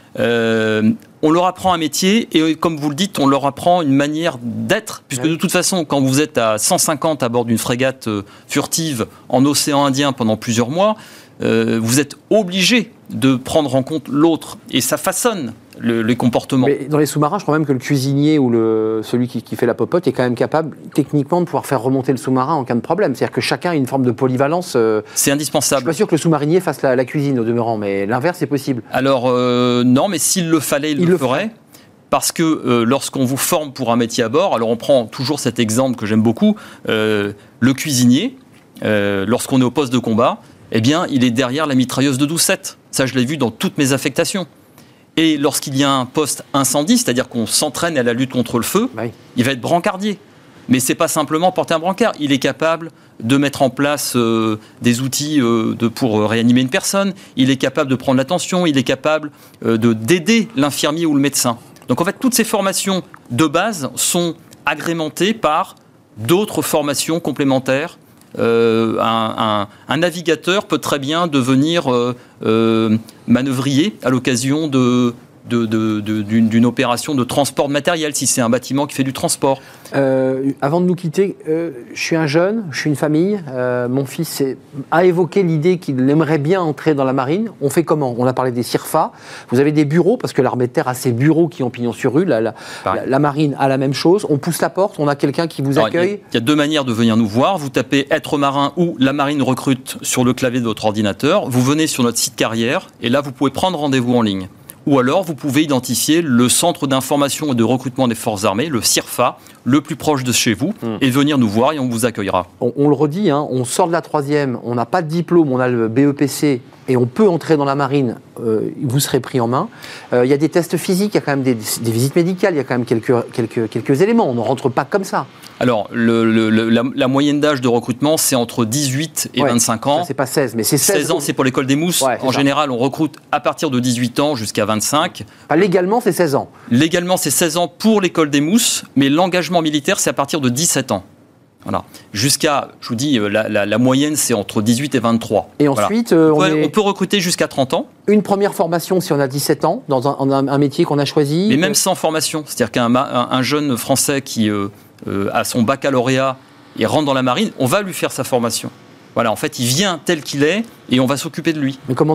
Speaker 4: Euh, on leur apprend un métier et comme vous le dites, on leur apprend une manière d'être, puisque de toute façon, quand vous êtes à cent cinquante à bord d'une frégate euh, furtive en océan Indien pendant plusieurs mois, euh, vous êtes obligé de prendre en compte l'autre et ça façonne le, les comportements.
Speaker 1: Mais dans les sous-marins, je crois même que le cuisinier ou le, celui qui, qui fait la popote est quand même capable techniquement de pouvoir faire remonter le sous-marin en cas de problème. C'est-à-dire que chacun a une forme de polyvalence. Euh,
Speaker 4: c'est indispensable.
Speaker 1: Je ne suis pas sûr que le sous-marinier fasse la, la cuisine au demeurant, mais l'inverse est possible.
Speaker 4: Alors euh, non, mais s'il le fallait, il, il le, le ferait. ferait. Parce que euh, lorsqu'on vous forme pour un métier à bord, alors on prend toujours cet exemple que j'aime beaucoup, euh, le cuisinier, euh, lorsqu'on est au poste de combat, eh bien, il est derrière la mitrailleuse de douze sept. Ça, je l'ai vu dans toutes mes affectations. Et lorsqu'il y a un poste incendie, c'est-à-dire qu'on s'entraîne à la lutte contre le feu, oui. il va être brancardier. Mais ce n'est pas simplement porter un brancard. Il est capable de mettre en place euh, des outils euh, de, pour réanimer une personne. Il est capable de prendre l'attention. Il est capable euh, de, d'aider l'infirmier ou le médecin. Donc, en fait, toutes ces formations de base sont agrémentées par d'autres formations complémentaires. Euh, un, un, un navigateur peut très bien devenir euh, euh, manœuvrier à l'occasion de, de, de, de, d'une, d'une opération de transport de matériel, si c'est un bâtiment qui fait du transport.
Speaker 1: Euh, avant de nous quitter, euh, je suis un jeune, je suis une famille. Euh, mon fils est, a évoqué l'idée qu'il aimerait bien entrer dans la marine. On fait comment ? On a parlé des CIRFA. Vous avez des bureaux, parce que l'armée de terre a ses bureaux qui ont pignon sur rue. La, la, la, la marine a la même chose. On pousse la porte, on a quelqu'un qui vous Alors, accueille.
Speaker 4: Il y, y a deux manières de venir nous voir. Vous tapez « être marin » ou « la marine recrute » sur le clavier de votre ordinateur. Vous venez sur notre site carrière et là, vous pouvez prendre rendez-vous en ligne. Ou alors, vous pouvez identifier le centre d'information et de recrutement des forces armées, le CIRFA, le plus proche de chez vous, mmh. et venir nous voir et on vous accueillera.
Speaker 1: On, on le redit, hein, on sort de la troisième, on n'a pas de diplôme, on a le B E P C et on peut entrer dans la marine, euh, vous serez pris en main. Il euh, y a des tests physiques, il y a quand même des, des visites médicales, il y a quand même quelques, quelques, quelques éléments, on ne rentre pas comme ça.
Speaker 4: Alors, le, le, le, la, la moyenne d'âge de recrutement, c'est entre dix-huit et ouais, vingt-cinq ans.
Speaker 1: Ça, c'est pas seize, mais c'est seize.
Speaker 4: seize ans, c'est pour l'école des mousses. Ouais, en ça. général, on recrute à partir de dix-huit ans jusqu'à vingt-cinq.
Speaker 1: Pas légalement, c'est seize ans.
Speaker 4: Légalement, c'est seize ans pour l'école des mousses, mais l'engagement militaire, c'est à partir de dix-sept ans. Voilà. Jusqu'à, je vous dis, la, la, la moyenne, c'est entre dix-huit et vingt-trois.
Speaker 1: Et ensuite,
Speaker 4: voilà.
Speaker 1: euh,
Speaker 4: on,
Speaker 1: on,
Speaker 4: peut,
Speaker 1: est...
Speaker 4: on peut recruter jusqu'à trente ans.
Speaker 1: Une première formation si on a dix-sept ans, dans un, un, un métier qu'on a choisi.
Speaker 4: Mais même sans formation. C'est-à-dire qu'un un, un jeune Français qui euh, euh, a son baccalauréat et rentre dans la marine, on va lui faire sa formation. Voilà, en fait, il vient tel qu'il est et on va s'occuper de lui.
Speaker 1: Mais commandant,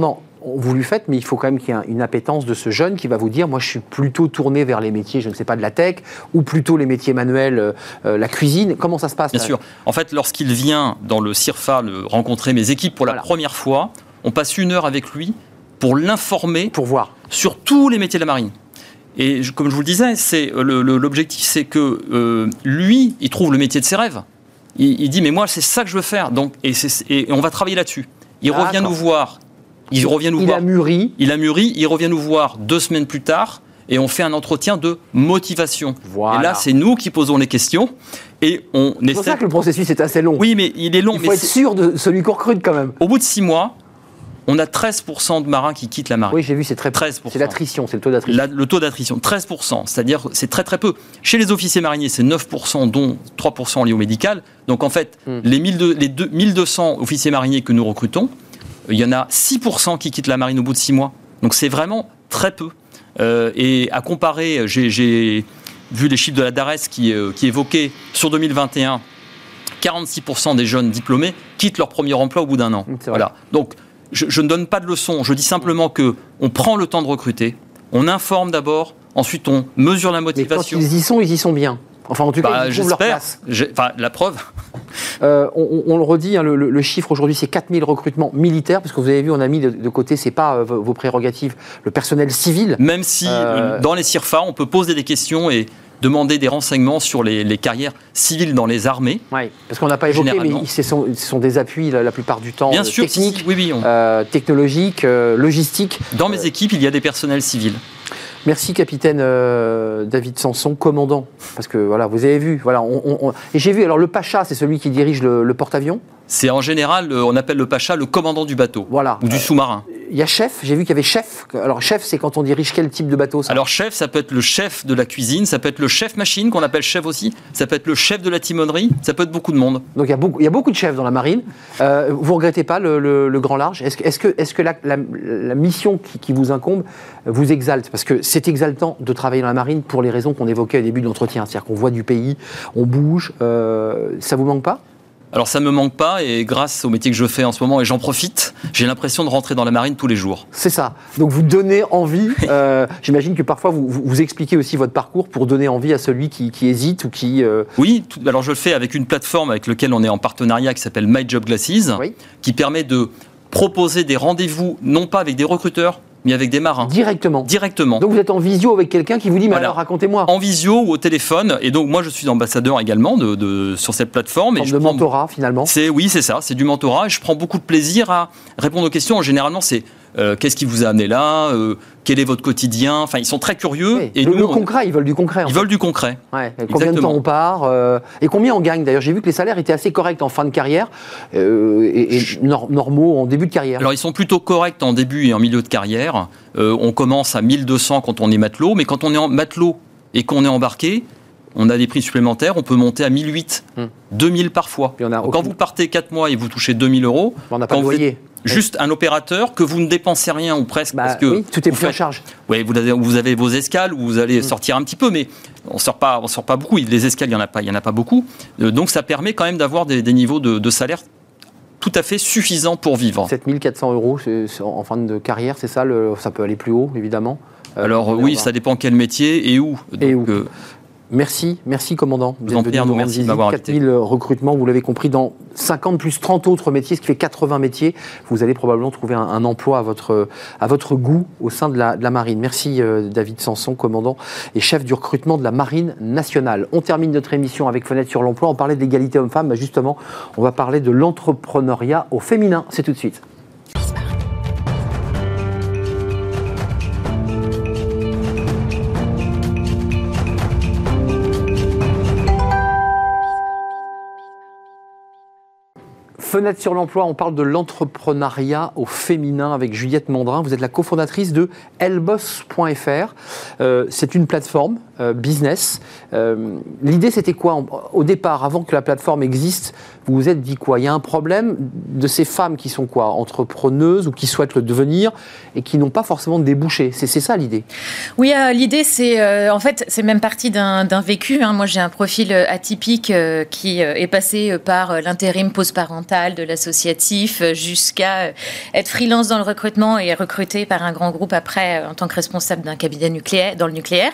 Speaker 1: vous lui faites, mais il faut quand même qu'il y ait une appétence de ce jeune qui va vous dire, moi je suis plutôt tourné vers les métiers, je ne sais pas, de la tech, ou plutôt les métiers manuels, euh, la cuisine. Comment ça se passe?
Speaker 4: Bien sûr. En fait, lorsqu'il vient dans le CIRFA le, rencontrer mes équipes pour la voilà. première fois, on passe une heure avec lui pour l'informer
Speaker 1: pour voir.
Speaker 4: sur tous les métiers de la marine. Et je, comme je vous le disais, c'est, le, le, l'objectif, c'est que euh, lui, il trouve le métier de ses rêves. Il, il dit, mais moi, c'est ça que je veux faire. Donc, et, c'est, et on va travailler là-dessus. Il ah, revient nous voir. Il revient nous
Speaker 1: il
Speaker 4: voir.
Speaker 1: a mûri.
Speaker 4: Il a mûri. Il revient nous voir deux semaines plus tard. Et on fait un entretien de motivation.
Speaker 1: Voilà.
Speaker 4: Et là, c'est nous qui posons les questions. Et on
Speaker 1: c'est essaie... pour ça que le processus est assez long.
Speaker 4: Oui, mais il est long.
Speaker 1: Il faut
Speaker 4: mais
Speaker 1: être
Speaker 4: c'est...
Speaker 1: sûr de celui qu'on recrute quand même.
Speaker 4: Au bout de six mois, on a treize pour cent de marins qui quittent la marine.
Speaker 1: Oui, j'ai vu, c'est très
Speaker 4: treize pour cent.
Speaker 1: C'est l'attrition, c'est le taux d'attrition.
Speaker 4: La, le taux d'attrition, treize pour cent. C'est-à-dire, c'est très très peu. Chez les officiers mariniers, c'est neuf pour cent, dont trois pour cent liés au médical. Donc en fait, hmm. les, mille deux, les deux, mille deux cents officiers mariniers que nous recrutons, il y en a six pour cent qui quittent la marine au bout de six mois. Donc c'est vraiment très peu. Euh, et à comparer, j'ai, j'ai vu les chiffres de la DARES qui, euh, qui évoquaient sur deux mille vingt et un, quarante-six pour cent des jeunes diplômés quittent leur premier emploi au bout d'un an. Voilà. Donc je, je ne donne pas de leçons, je dis simplement qu'on prend le temps de recruter, on informe d'abord, ensuite on mesure la motivation.
Speaker 1: Mais quand ils y sont, ils y sont bien. Enfin, en tout cas,
Speaker 4: bah,
Speaker 1: ils trouvent leur place.
Speaker 4: Enfin, la preuve.
Speaker 1: Euh, on, on le redit, hein, le, le chiffre aujourd'hui, c'est quatre mille recrutements militaires, parce que vous avez vu, on a mis de, de côté, c'est pas euh, vos prérogatives, le personnel civil.
Speaker 4: Même si, euh... dans les CIRFA, on peut poser des questions et demander des renseignements sur les, les carrières civiles dans les armées.
Speaker 1: Oui, parce qu'on n'a pas évoqué, mais ce sont, ce sont des appuis, la, la plupart du temps,
Speaker 4: Bien
Speaker 1: euh,
Speaker 4: sûr,
Speaker 1: techniques,
Speaker 4: si, oui, oui, on...
Speaker 1: euh, technologiques, euh, logistiques.
Speaker 4: Dans mes équipes, il y a des personnels civils.
Speaker 1: Merci, capitaine euh, David Sanson, commandant. Parce que voilà, vous avez vu. Voilà, on, on, on... Et j'ai vu, alors le Pacha, c'est celui qui dirige le, le porte-avions.
Speaker 4: C'est en général, on appelle le Pacha le commandant du bateau.
Speaker 1: Voilà.
Speaker 4: Ou du sous-marin.
Speaker 1: Il y a chef, j'ai vu qu'il y avait chef. Alors chef, c'est quand on dirige quel type de bateau ça?
Speaker 4: Alors chef, ça peut être le chef de la cuisine, ça peut être le chef machine, qu'on appelle chef aussi, ça peut être le chef de la timonerie, ça peut être beaucoup de monde.
Speaker 1: Donc il y a beaucoup, il y a beaucoup de chefs dans la marine. Euh, vous ne regrettez pas le, le, le grand large? Est-ce que, est-ce que, est-ce que la, la, la mission qui, qui vous incombe vous exalte? Parce que c'est exaltant de travailler dans la marine pour les raisons qu'on évoquait au début de l'entretien. C'est-à-dire qu'on voit du pays, on bouge. Euh, ça vous manque pas?
Speaker 4: Alors ça ne me manque pas, et grâce au métier que je fais en ce moment, et j'en profite, j'ai l'impression de rentrer dans la marine tous les jours.
Speaker 1: C'est ça. Donc vous donnez envie, euh, j'imagine que parfois vous, vous, vous expliquez aussi votre parcours pour donner envie à celui qui, qui hésite ou qui... Euh...
Speaker 4: Oui, tout, alors je le fais avec une plateforme avec laquelle on est en partenariat qui s'appelle My Job Glasses, oui. qui permet de proposer des rendez-vous, non pas avec des recruteurs, mais avec des marins.
Speaker 1: Directement.
Speaker 4: Directement.
Speaker 1: Donc vous êtes en visio avec quelqu'un qui vous dit, mais voilà. alors racontez-moi.
Speaker 4: En visio ou au téléphone. Et donc moi je suis ambassadeur également de, de, sur cette plateforme.
Speaker 1: Une forme de mentorat finalement.
Speaker 4: C'est, oui, c'est ça, c'est du mentorat. Et je prends beaucoup de plaisir à répondre aux questions. Généralement c'est euh, qu'est-ce qui vous a amené là euh, quel est votre quotidien? Enfin, ils sont très curieux.
Speaker 1: Oui,
Speaker 4: et
Speaker 1: le,
Speaker 4: nous,
Speaker 1: le
Speaker 4: on...
Speaker 1: concret, ils veulent du concret.
Speaker 4: Ils
Speaker 1: fait.
Speaker 4: veulent du concret.
Speaker 1: Ouais. Combien de temps on part euh, et combien on gagne? D'ailleurs, j'ai vu que les salaires étaient assez corrects en fin de carrière euh, et, et nor- normaux en début de carrière.
Speaker 4: Alors, ils sont plutôt corrects en début et en milieu de carrière. Euh, on commence à mille deux cents quand on est matelot, mais quand on est en matelot et qu'on est embarqué, on a des prix supplémentaires, on peut monter à mille huit cents, hum. deux mille parfois. On a aucune... Quand vous partez quatre mois et vous touchez deux mille euros,
Speaker 1: on n'a pas de loyer.
Speaker 4: Juste un opérateur que vous ne dépensez rien ou presque
Speaker 1: bah,
Speaker 4: parce que
Speaker 1: oui, tout est pris
Speaker 4: faites,
Speaker 1: en charge.
Speaker 4: Oui, vous avez, vous avez vos escales où vous allez mmh. sortir un petit peu, mais on sort pas, on sort pas beaucoup. Les escales, il y en a pas, il y en a pas beaucoup. Euh, donc ça permet quand même d'avoir des, des niveaux de, de salaire tout à fait suffisants pour vivre.
Speaker 1: sept mille quatre cents euros c'est, c'est en fin de carrière, c'est ça le, ça peut aller plus haut, évidemment.
Speaker 4: Euh, Alors oui, ça dépend quel métier et où. Donc,
Speaker 1: et où euh, Merci, merci commandant.
Speaker 4: Vous en prie, merci de m'avoir invité.
Speaker 1: quatre mille recrutements, vous l'avez compris, dans cinquante plus trente autres métiers, ce qui fait quatre-vingts métiers. Vous allez probablement trouver un, un emploi à votre, à votre goût au sein de la, de la marine. Merci euh, David Sanson, commandant et chef du recrutement de la marine nationale. On termine notre émission avec Fenêtre sur l'emploi. On parlait d'égalité homme-femme, bah justement, on va parler de l'entrepreneuriat au féminin. C'est tout de suite. Fenêtre sur l'emploi, on parle de l'entrepreneuriat au féminin avec Juliette Mondrin. Vous êtes la cofondatrice de Elboss point F R. Euh, c'est une plateforme euh, business. Euh, l'idée, c'était quoi? Au départ, avant que la plateforme existe, vous vous êtes dit quoi? Il y a un problème de ces femmes qui sont quoi? Entrepreneuses ou qui souhaitent le devenir et qui n'ont pas forcément de débouchés. C'est, c'est ça l'idée?
Speaker 5: Oui, euh, l'idée, c'est euh, en fait, c'est même partie d'un, d'un vécu. Hein. Moi, j'ai un profil atypique euh, qui euh, est passé par euh, l'intérim postparental libéral, de l'associatif, jusqu'à être freelance dans le recrutement et recruté par un grand groupe après en tant que responsable d'un cabinet nucléaire, dans le nucléaire.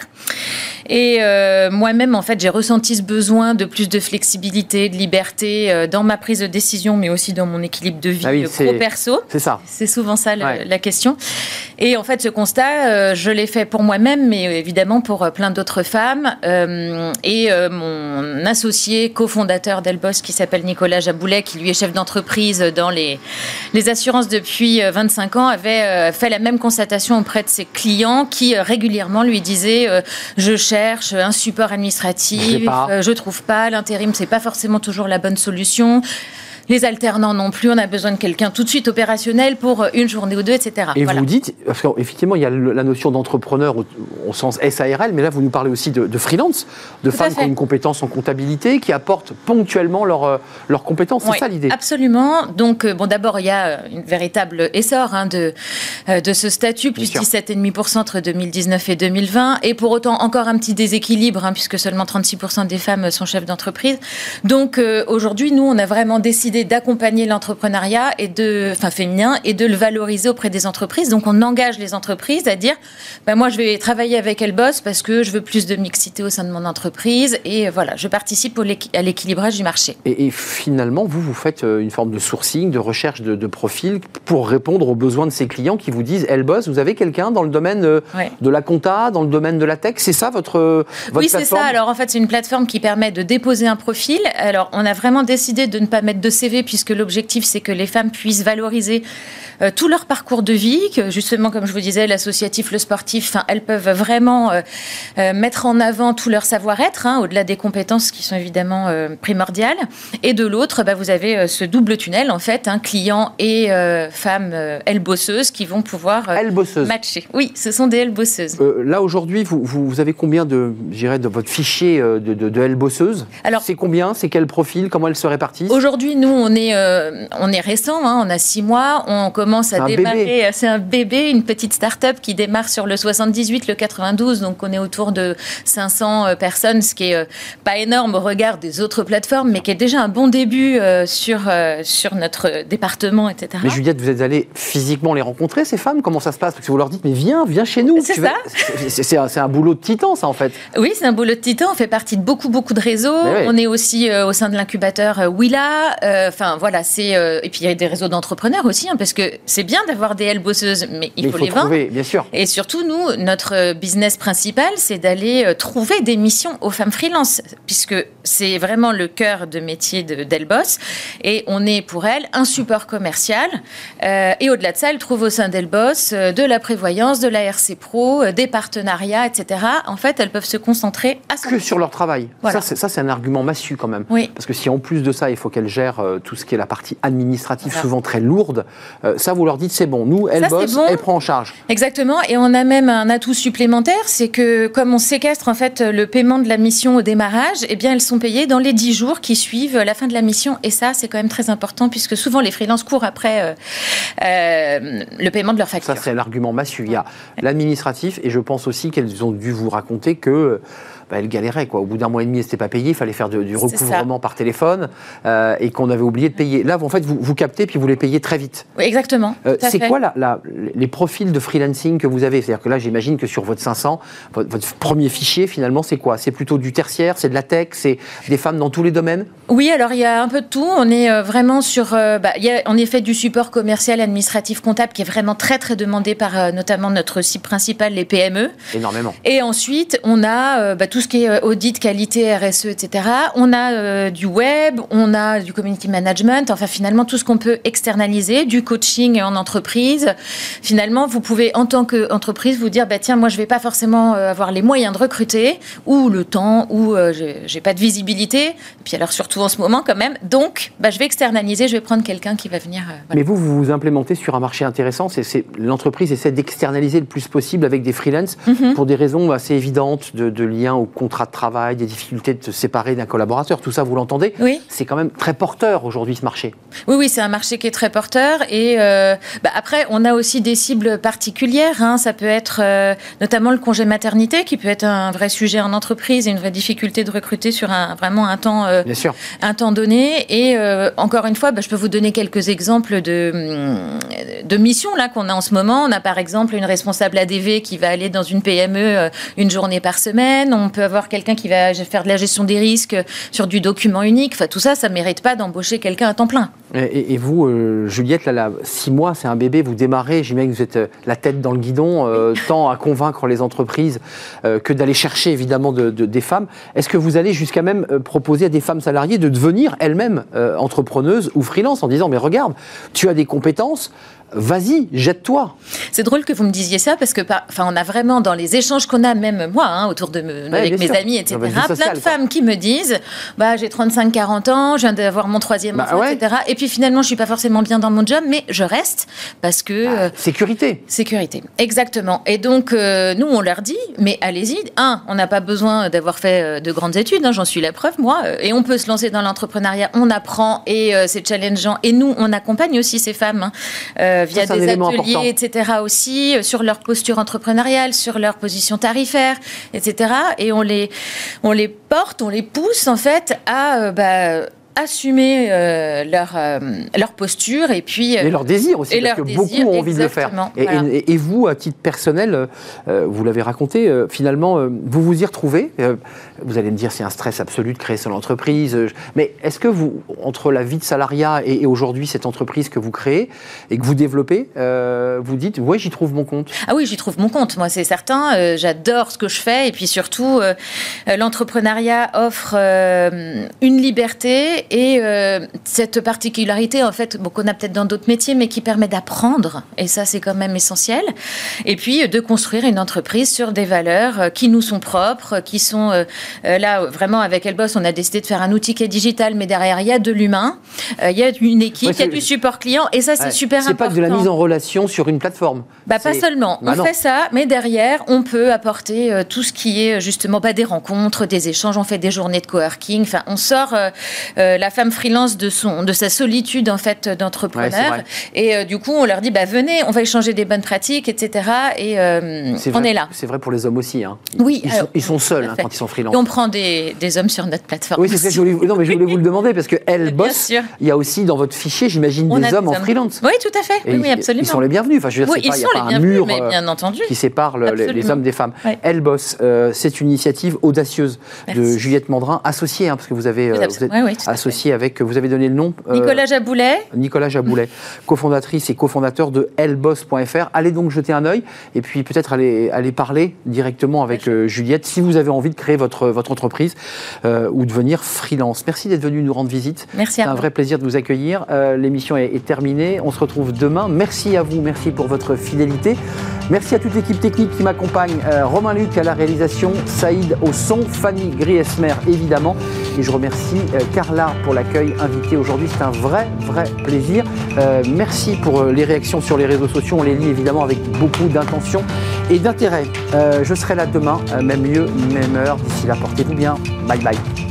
Speaker 5: Et euh, moi-même, en fait, j'ai ressenti ce besoin de plus de flexibilité, de liberté euh, dans ma prise de décision, mais aussi dans mon équilibre de vie ah oui, pro-perso.
Speaker 1: C'est ça.
Speaker 5: C'est souvent ça la, ouais. la question. Et en fait, ce constat, euh, je l'ai fait pour moi-même, mais évidemment pour euh, plein d'autres femmes. Euh, et euh, mon associé cofondateur d'Elboss, qui s'appelle Nicolas Jaboulet, qui lui est chef d'entreprise dans les, les assurances depuis vingt-cinq ans, avait euh, fait la même constatation auprès de ses clients qui euh, régulièrement lui disaient euh, « Je cherche un support administratif, euh, je trouve pas, l'intérim, c'est pas forcément toujours la bonne solution. » Les alternants non plus, on a besoin de quelqu'un tout de suite opérationnel pour une journée ou deux, et cetera.
Speaker 1: Et
Speaker 5: voilà.
Speaker 1: vous dites, parce qu'effectivement, il y a la notion d'entrepreneur au, au sens S A R L, mais là, vous nous parlez aussi de, de freelance, de tout femmes qui ont une compétence en comptabilité, qui apportent ponctuellement leurs leur compétences. C'est oui, ça l'idée.
Speaker 5: Absolument. Donc, bon, d'abord, il y a une véritable essor hein, de, de ce statut, plus dix-sept virgule cinq pour cent entre deux mille dix-neuf et deux mille vingt, et pour autant, encore un petit déséquilibre, hein, puisque seulement trente-six pour cent des femmes sont chefs d'entreprise. Donc, euh, aujourd'hui, nous, on a vraiment décidé d'accompagner l'entrepreneuriat et de, enfin féminin et de le valoriser auprès des entreprises. Donc on engage les entreprises à dire ben moi je vais travailler avec Elboss parce que je veux plus de mixité au sein de mon entreprise et voilà, je participe au, à l'équilibrage du marché.
Speaker 1: Et, et finalement, vous, vous faites une forme de sourcing, de recherche de, de profils pour répondre aux besoins de ces clients qui vous disent Elboss, vous avez quelqu'un dans le domaine ouais. de la compta, dans le domaine de la tech, c'est ça votre, votre
Speaker 5: Oui,
Speaker 1: plateforme ?
Speaker 5: C'est ça. Alors en fait, c'est une plateforme qui permet de déposer un profil. Alors on a vraiment décidé de ne pas mettre de C V puisque l'objectif, c'est que les femmes puissent valoriser euh, tout leur parcours de vie, que justement, comme je vous disais, l'associatif, le sportif, elles peuvent vraiment euh, euh, mettre en avant tout leur savoir-être, hein, au-delà des compétences qui sont évidemment euh, primordiales. Et de l'autre, bah, vous avez euh, ce double tunnel, en fait, hein, clients et euh, femmes euh, Elbosseuses qui vont pouvoir euh, matcher. Oui, ce sont des Elbosseuses.
Speaker 1: Euh, là, aujourd'hui, vous, vous, vous avez combien de, je dirais, de votre fichier de, de, de Elbosseuses ? Alors, c'est combien ? C'est quel profil ? Comment elles se répartissent ?
Speaker 5: Aujourd'hui, nous, on est, euh, on est récent, hein, on a six mois, on commence à démarrer. Bébé. C'est un bébé, une petite start-up qui démarre sur le soixante-dix-huit, le quatre-vingt-douze, donc on est autour de cinq cents euh, personnes, ce qui est euh, pas énorme au regard des autres plateformes, mais qui est déjà un bon début euh, sur, euh, sur notre département, et cetera.
Speaker 1: Mais Juliette, vous êtes allée physiquement les rencontrer, ces femmes ? Comment ça se passe ? Parce que vous leur dites, mais viens, viens chez nous.
Speaker 5: C'est
Speaker 1: tu
Speaker 5: ça.
Speaker 1: C'est, c'est, un, c'est un boulot de titan, ça, en fait.
Speaker 5: Oui, c'est un boulot de titan. On fait partie de beaucoup, beaucoup de réseaux. Oui. On est aussi euh, au sein de l'incubateur euh, Willa. Enfin, euh, voilà, c'est... Euh, et puis, il y a des réseaux d'entrepreneurs aussi, hein, parce que c'est bien d'avoir des Elbosseuses, mais il
Speaker 1: mais
Speaker 5: faut,
Speaker 1: faut
Speaker 5: les vendre.
Speaker 1: Trouver, bien sûr.
Speaker 5: Et surtout, nous, notre business principal, c'est d'aller euh, trouver des missions aux femmes freelance, puisque c'est vraiment le cœur de métier de, d'Elboss. Et on est, pour elles, un support commercial. Euh, et au-delà de ça, elles trouvent au sein d'Elboss euh, de la prévoyance, de la R C Pro, euh, des partenariats, et cetera. En fait, elles peuvent se concentrer à
Speaker 1: que sur leur travail.
Speaker 5: Voilà.
Speaker 1: Ça, c'est, ça, c'est un argument massue quand même.
Speaker 5: Oui.
Speaker 1: Parce que si en plus de ça, il faut qu'elles gèrent euh, tout ce qui est la partie administrative, voilà. souvent très lourde, euh, ça, vous leur dites, c'est bon. Nous, Elboss, bon. Elle prend en charge.
Speaker 5: Exactement. Et on a même un atout supplémentaire, c'est que comme on séquestre en fait le paiement de la mission au démarrage, eh bien, elles sont payées dans les dix jours qui suivent la fin de la mission. Et ça, c'est quand même très important puisque souvent les freelances courent après euh, euh, le paiement de leur facture.
Speaker 1: Ça, c'est l'argument massue. Il y a l'administratif et je pense aussi qu'elles ont dû vous raconter que bah, elles galéraient, quoi. Au bout d'un mois et demi, elles n'étaient pas payées, il fallait faire de, du recouvrement par téléphone euh, et qu'on avait oublié de payer. Là, en fait, vous, vous captez puis vous les payez très vite.
Speaker 5: Oui, exactement.
Speaker 1: Euh, c'est fait. quoi la, la, les profils de freelancing que vous avez ? C'est-à-dire que là, j'imagine que sur votre cinq cents, votre, votre premier fichier, finalement, c'est quoi ? C'est plutôt du tertiaire, c'est de la tech, c'est des femmes dans tous les domaines ?
Speaker 5: Oui, alors il y a un peu de tout. On est euh, vraiment sur... Euh, bah, il y a en effet du support commercial, administratif, comptable qui est vraiment très, très demandé par euh, notamment notre cible principale, les P M E.
Speaker 1: Énormément.
Speaker 5: Et ensuite, on a euh, bah, tout ce qui est audit, qualité, R S E, et cetera. On a euh, du web, on a du community management, enfin finalement tout ce qu'on peut externaliser, du coaching en entreprise. Finalement, vous pouvez en tant qu'entreprise vous dire, bah, tiens, moi je ne vais pas forcément euh, avoir les moyens de recruter, ou le temps, ou euh, je n'ai pas de visibilité, et puis alors surtout en ce moment quand même, donc bah, je vais externaliser, je vais prendre quelqu'un qui va venir... Euh, voilà.
Speaker 1: Mais vous, vous vous implémentez sur un marché intéressant, c'est, c'est, l'entreprise essaie d'externaliser le plus possible avec des freelances, mm-hmm. pour des raisons assez évidentes de, de lien au contrat de travail, des difficultés de se séparer d'un collaborateur, tout ça, vous l'entendez?
Speaker 5: Oui.
Speaker 1: C'est quand même très porteur aujourd'hui, ce marché.
Speaker 5: Oui, oui, c'est un marché qui est très porteur. Et euh, bah après, on a aussi des cibles particulières. Hein. Ça peut être euh, notamment le congé maternité, qui peut être un vrai sujet en entreprise et une vraie difficulté de recruter sur un, vraiment un temps, euh,
Speaker 1: Bien sûr.
Speaker 5: un temps donné. Et euh, encore une fois, bah, je peux vous donner quelques exemples de, de missions là, qu'on a en ce moment. On a par exemple une responsable A D V qui va aller dans une P M E euh, une journée par semaine. On peut avoir quelqu'un qui va faire de la gestion des risques sur du document unique. Enfin, tout ça, ça ne mérite pas d'embaucher quelqu'un à temps plein.
Speaker 1: Et, et vous, euh, Juliette, là, là, six mois, c'est un bébé, vous démarrez, j'imagine que vous êtes euh, la tête dans le guidon, euh, tant à convaincre les entreprises euh, que d'aller chercher évidemment de, de, des femmes. Est-ce que vous allez jusqu'à même euh, proposer à des femmes salariées de devenir elles-mêmes euh, entrepreneuses ou freelance en disant, mais regarde, tu as des compétences, vas-y, jette-toi.
Speaker 5: C'est drôle que vous me disiez ça parce que, enfin, on a vraiment dans les échanges qu'on a, même moi, hein, autour de me, ouais, avec mes sûr. amis, et cetera, plein sociale, de quoi. femmes qui me disent, bah, j'ai trente-cinq quarante ans, je viens d'avoir mon troisième bah, enfant, ouais. et cetera. Et puis finalement, je suis pas forcément bien dans mon job, mais je reste parce que
Speaker 1: ah, euh, sécurité.
Speaker 5: Sécurité, exactement. Et donc, euh, nous, on leur dit, mais allez-y. Un, on n'a pas besoin d'avoir fait de grandes études, hein, j'en suis la preuve, moi. Et on peut se lancer dans l'entrepreneuriat, on apprend et euh, c'est challengeant. Et nous, on accompagne aussi ces femmes. Hein. Euh, via ça, des ateliers, important. et cetera aussi, sur leur posture entrepreneuriale, sur leur position tarifaire, et cetera. Et on les, on les porte, on les pousse en fait à euh, bah, assumer euh, leur, euh, leur posture et puis...
Speaker 1: Euh, et leur désir aussi,
Speaker 5: et
Speaker 1: parce que
Speaker 5: désir,
Speaker 1: beaucoup ont envie de le faire. Et, voilà. et, et vous, à titre personnel, euh, vous l'avez raconté, euh, finalement, euh, vous vous y retrouvez. Euh, vous allez me dire, c'est un stress absolu de créer son entreprise. Euh, mais est-ce que vous, entre la vie de salariat et, et aujourd'hui cette entreprise que vous créez et que vous développez, euh, vous dites, ouais, j'y trouve mon compte?
Speaker 5: Ah oui, j'y trouve mon compte, moi, c'est certain. Euh, j'adore ce que je fais. Et puis surtout, euh, l'entrepreneuriat offre euh, une liberté et euh, cette particularité, en fait, bon, qu'on a peut-être dans d'autres métiers, mais qui permet d'apprendre, et ça, c'est quand même essentiel. Et puis, de construire une entreprise sur des valeurs euh, qui nous sont propres, qui sont... Euh, euh, là, vraiment, avec Elboss, on a décidé de faire un outil qui est digital, mais derrière, il y a de l'humain, euh, il y a une équipe, ouais, il y a du support client, et ça, c'est ouais, super
Speaker 1: c'est
Speaker 5: important.
Speaker 1: C'est pas de la mise en relation sur une plateforme.
Speaker 5: Bah, pas seulement. Bah, on non. fait ça, mais derrière, on peut apporter euh, tout ce qui est, justement, bah, des rencontres, des échanges, on fait des journées de coworking, enfin, on sort... Euh, euh, la femme freelance de, son, de sa solitude en fait d'entrepreneur ouais, et euh, du coup on leur dit bah, venez, on va échanger des bonnes pratiques, et cetera. Et euh,
Speaker 1: c'est
Speaker 5: on
Speaker 1: vrai,
Speaker 5: est là.
Speaker 1: C'est vrai pour les hommes aussi. Hein. Ils,
Speaker 5: oui,
Speaker 1: ils,
Speaker 5: alors,
Speaker 1: sont, ils sont seuls hein, quand ils sont freelance.
Speaker 5: Et on prend des, des hommes sur notre plateforme.
Speaker 1: Oui, c'est ça que je voulais, non, mais je voulais vous le demander parce que Elboss, il y a aussi dans votre fichier, j'imagine, des, des hommes en freelance.
Speaker 5: Oui, tout à fait. Oui, oui, absolument.
Speaker 1: Ils sont les bienvenus. Enfin, je veux dire,
Speaker 5: oui,
Speaker 1: c'est
Speaker 5: ils
Speaker 1: pas,
Speaker 5: sont
Speaker 1: y a
Speaker 5: les
Speaker 1: pas un
Speaker 5: bienvenus,
Speaker 1: mur
Speaker 5: mais bien entendu.
Speaker 1: qui sépare le, les, les hommes des femmes.
Speaker 5: Ouais.
Speaker 1: Elboss, euh, c'est une initiative audacieuse Merci. de Juliette Mandrin, associée, hein, parce que vous avez euh, vous êtes
Speaker 5: oui, oui,
Speaker 1: associée avec, vous avez donné le nom
Speaker 5: euh, Nicolas Jaboulet.
Speaker 1: Nicolas Jaboulet, cofondatrice et cofondateur de elboss point f r. Allez donc jeter un œil et puis peut-être aller, aller parler directement avec euh, Juliette si vous avez envie de créer votre, votre entreprise euh, ou devenir freelance. Merci d'être venu nous rendre visite.
Speaker 5: Merci à vous.
Speaker 1: C'est un vrai plaisir de vous accueillir. Euh, l'émission est, est terminée. On se retrouve demain. Merci à vous. Merci pour votre fidélité. Merci à toute l'équipe technique qui m'accompagne. Euh, Romain Luc à la réalisation, Saïd au son, Fanny Griesmer évidemment. Et je remercie euh, Carla pour l'accueil invité aujourd'hui. C'est un vrai, vrai plaisir. Euh, merci pour les réactions sur les réseaux sociaux. On les lit évidemment avec beaucoup d'intention et d'intérêt. Euh, je serai là demain, euh, même lieu, même heure. D'ici là, portez-vous bien. Bye bye.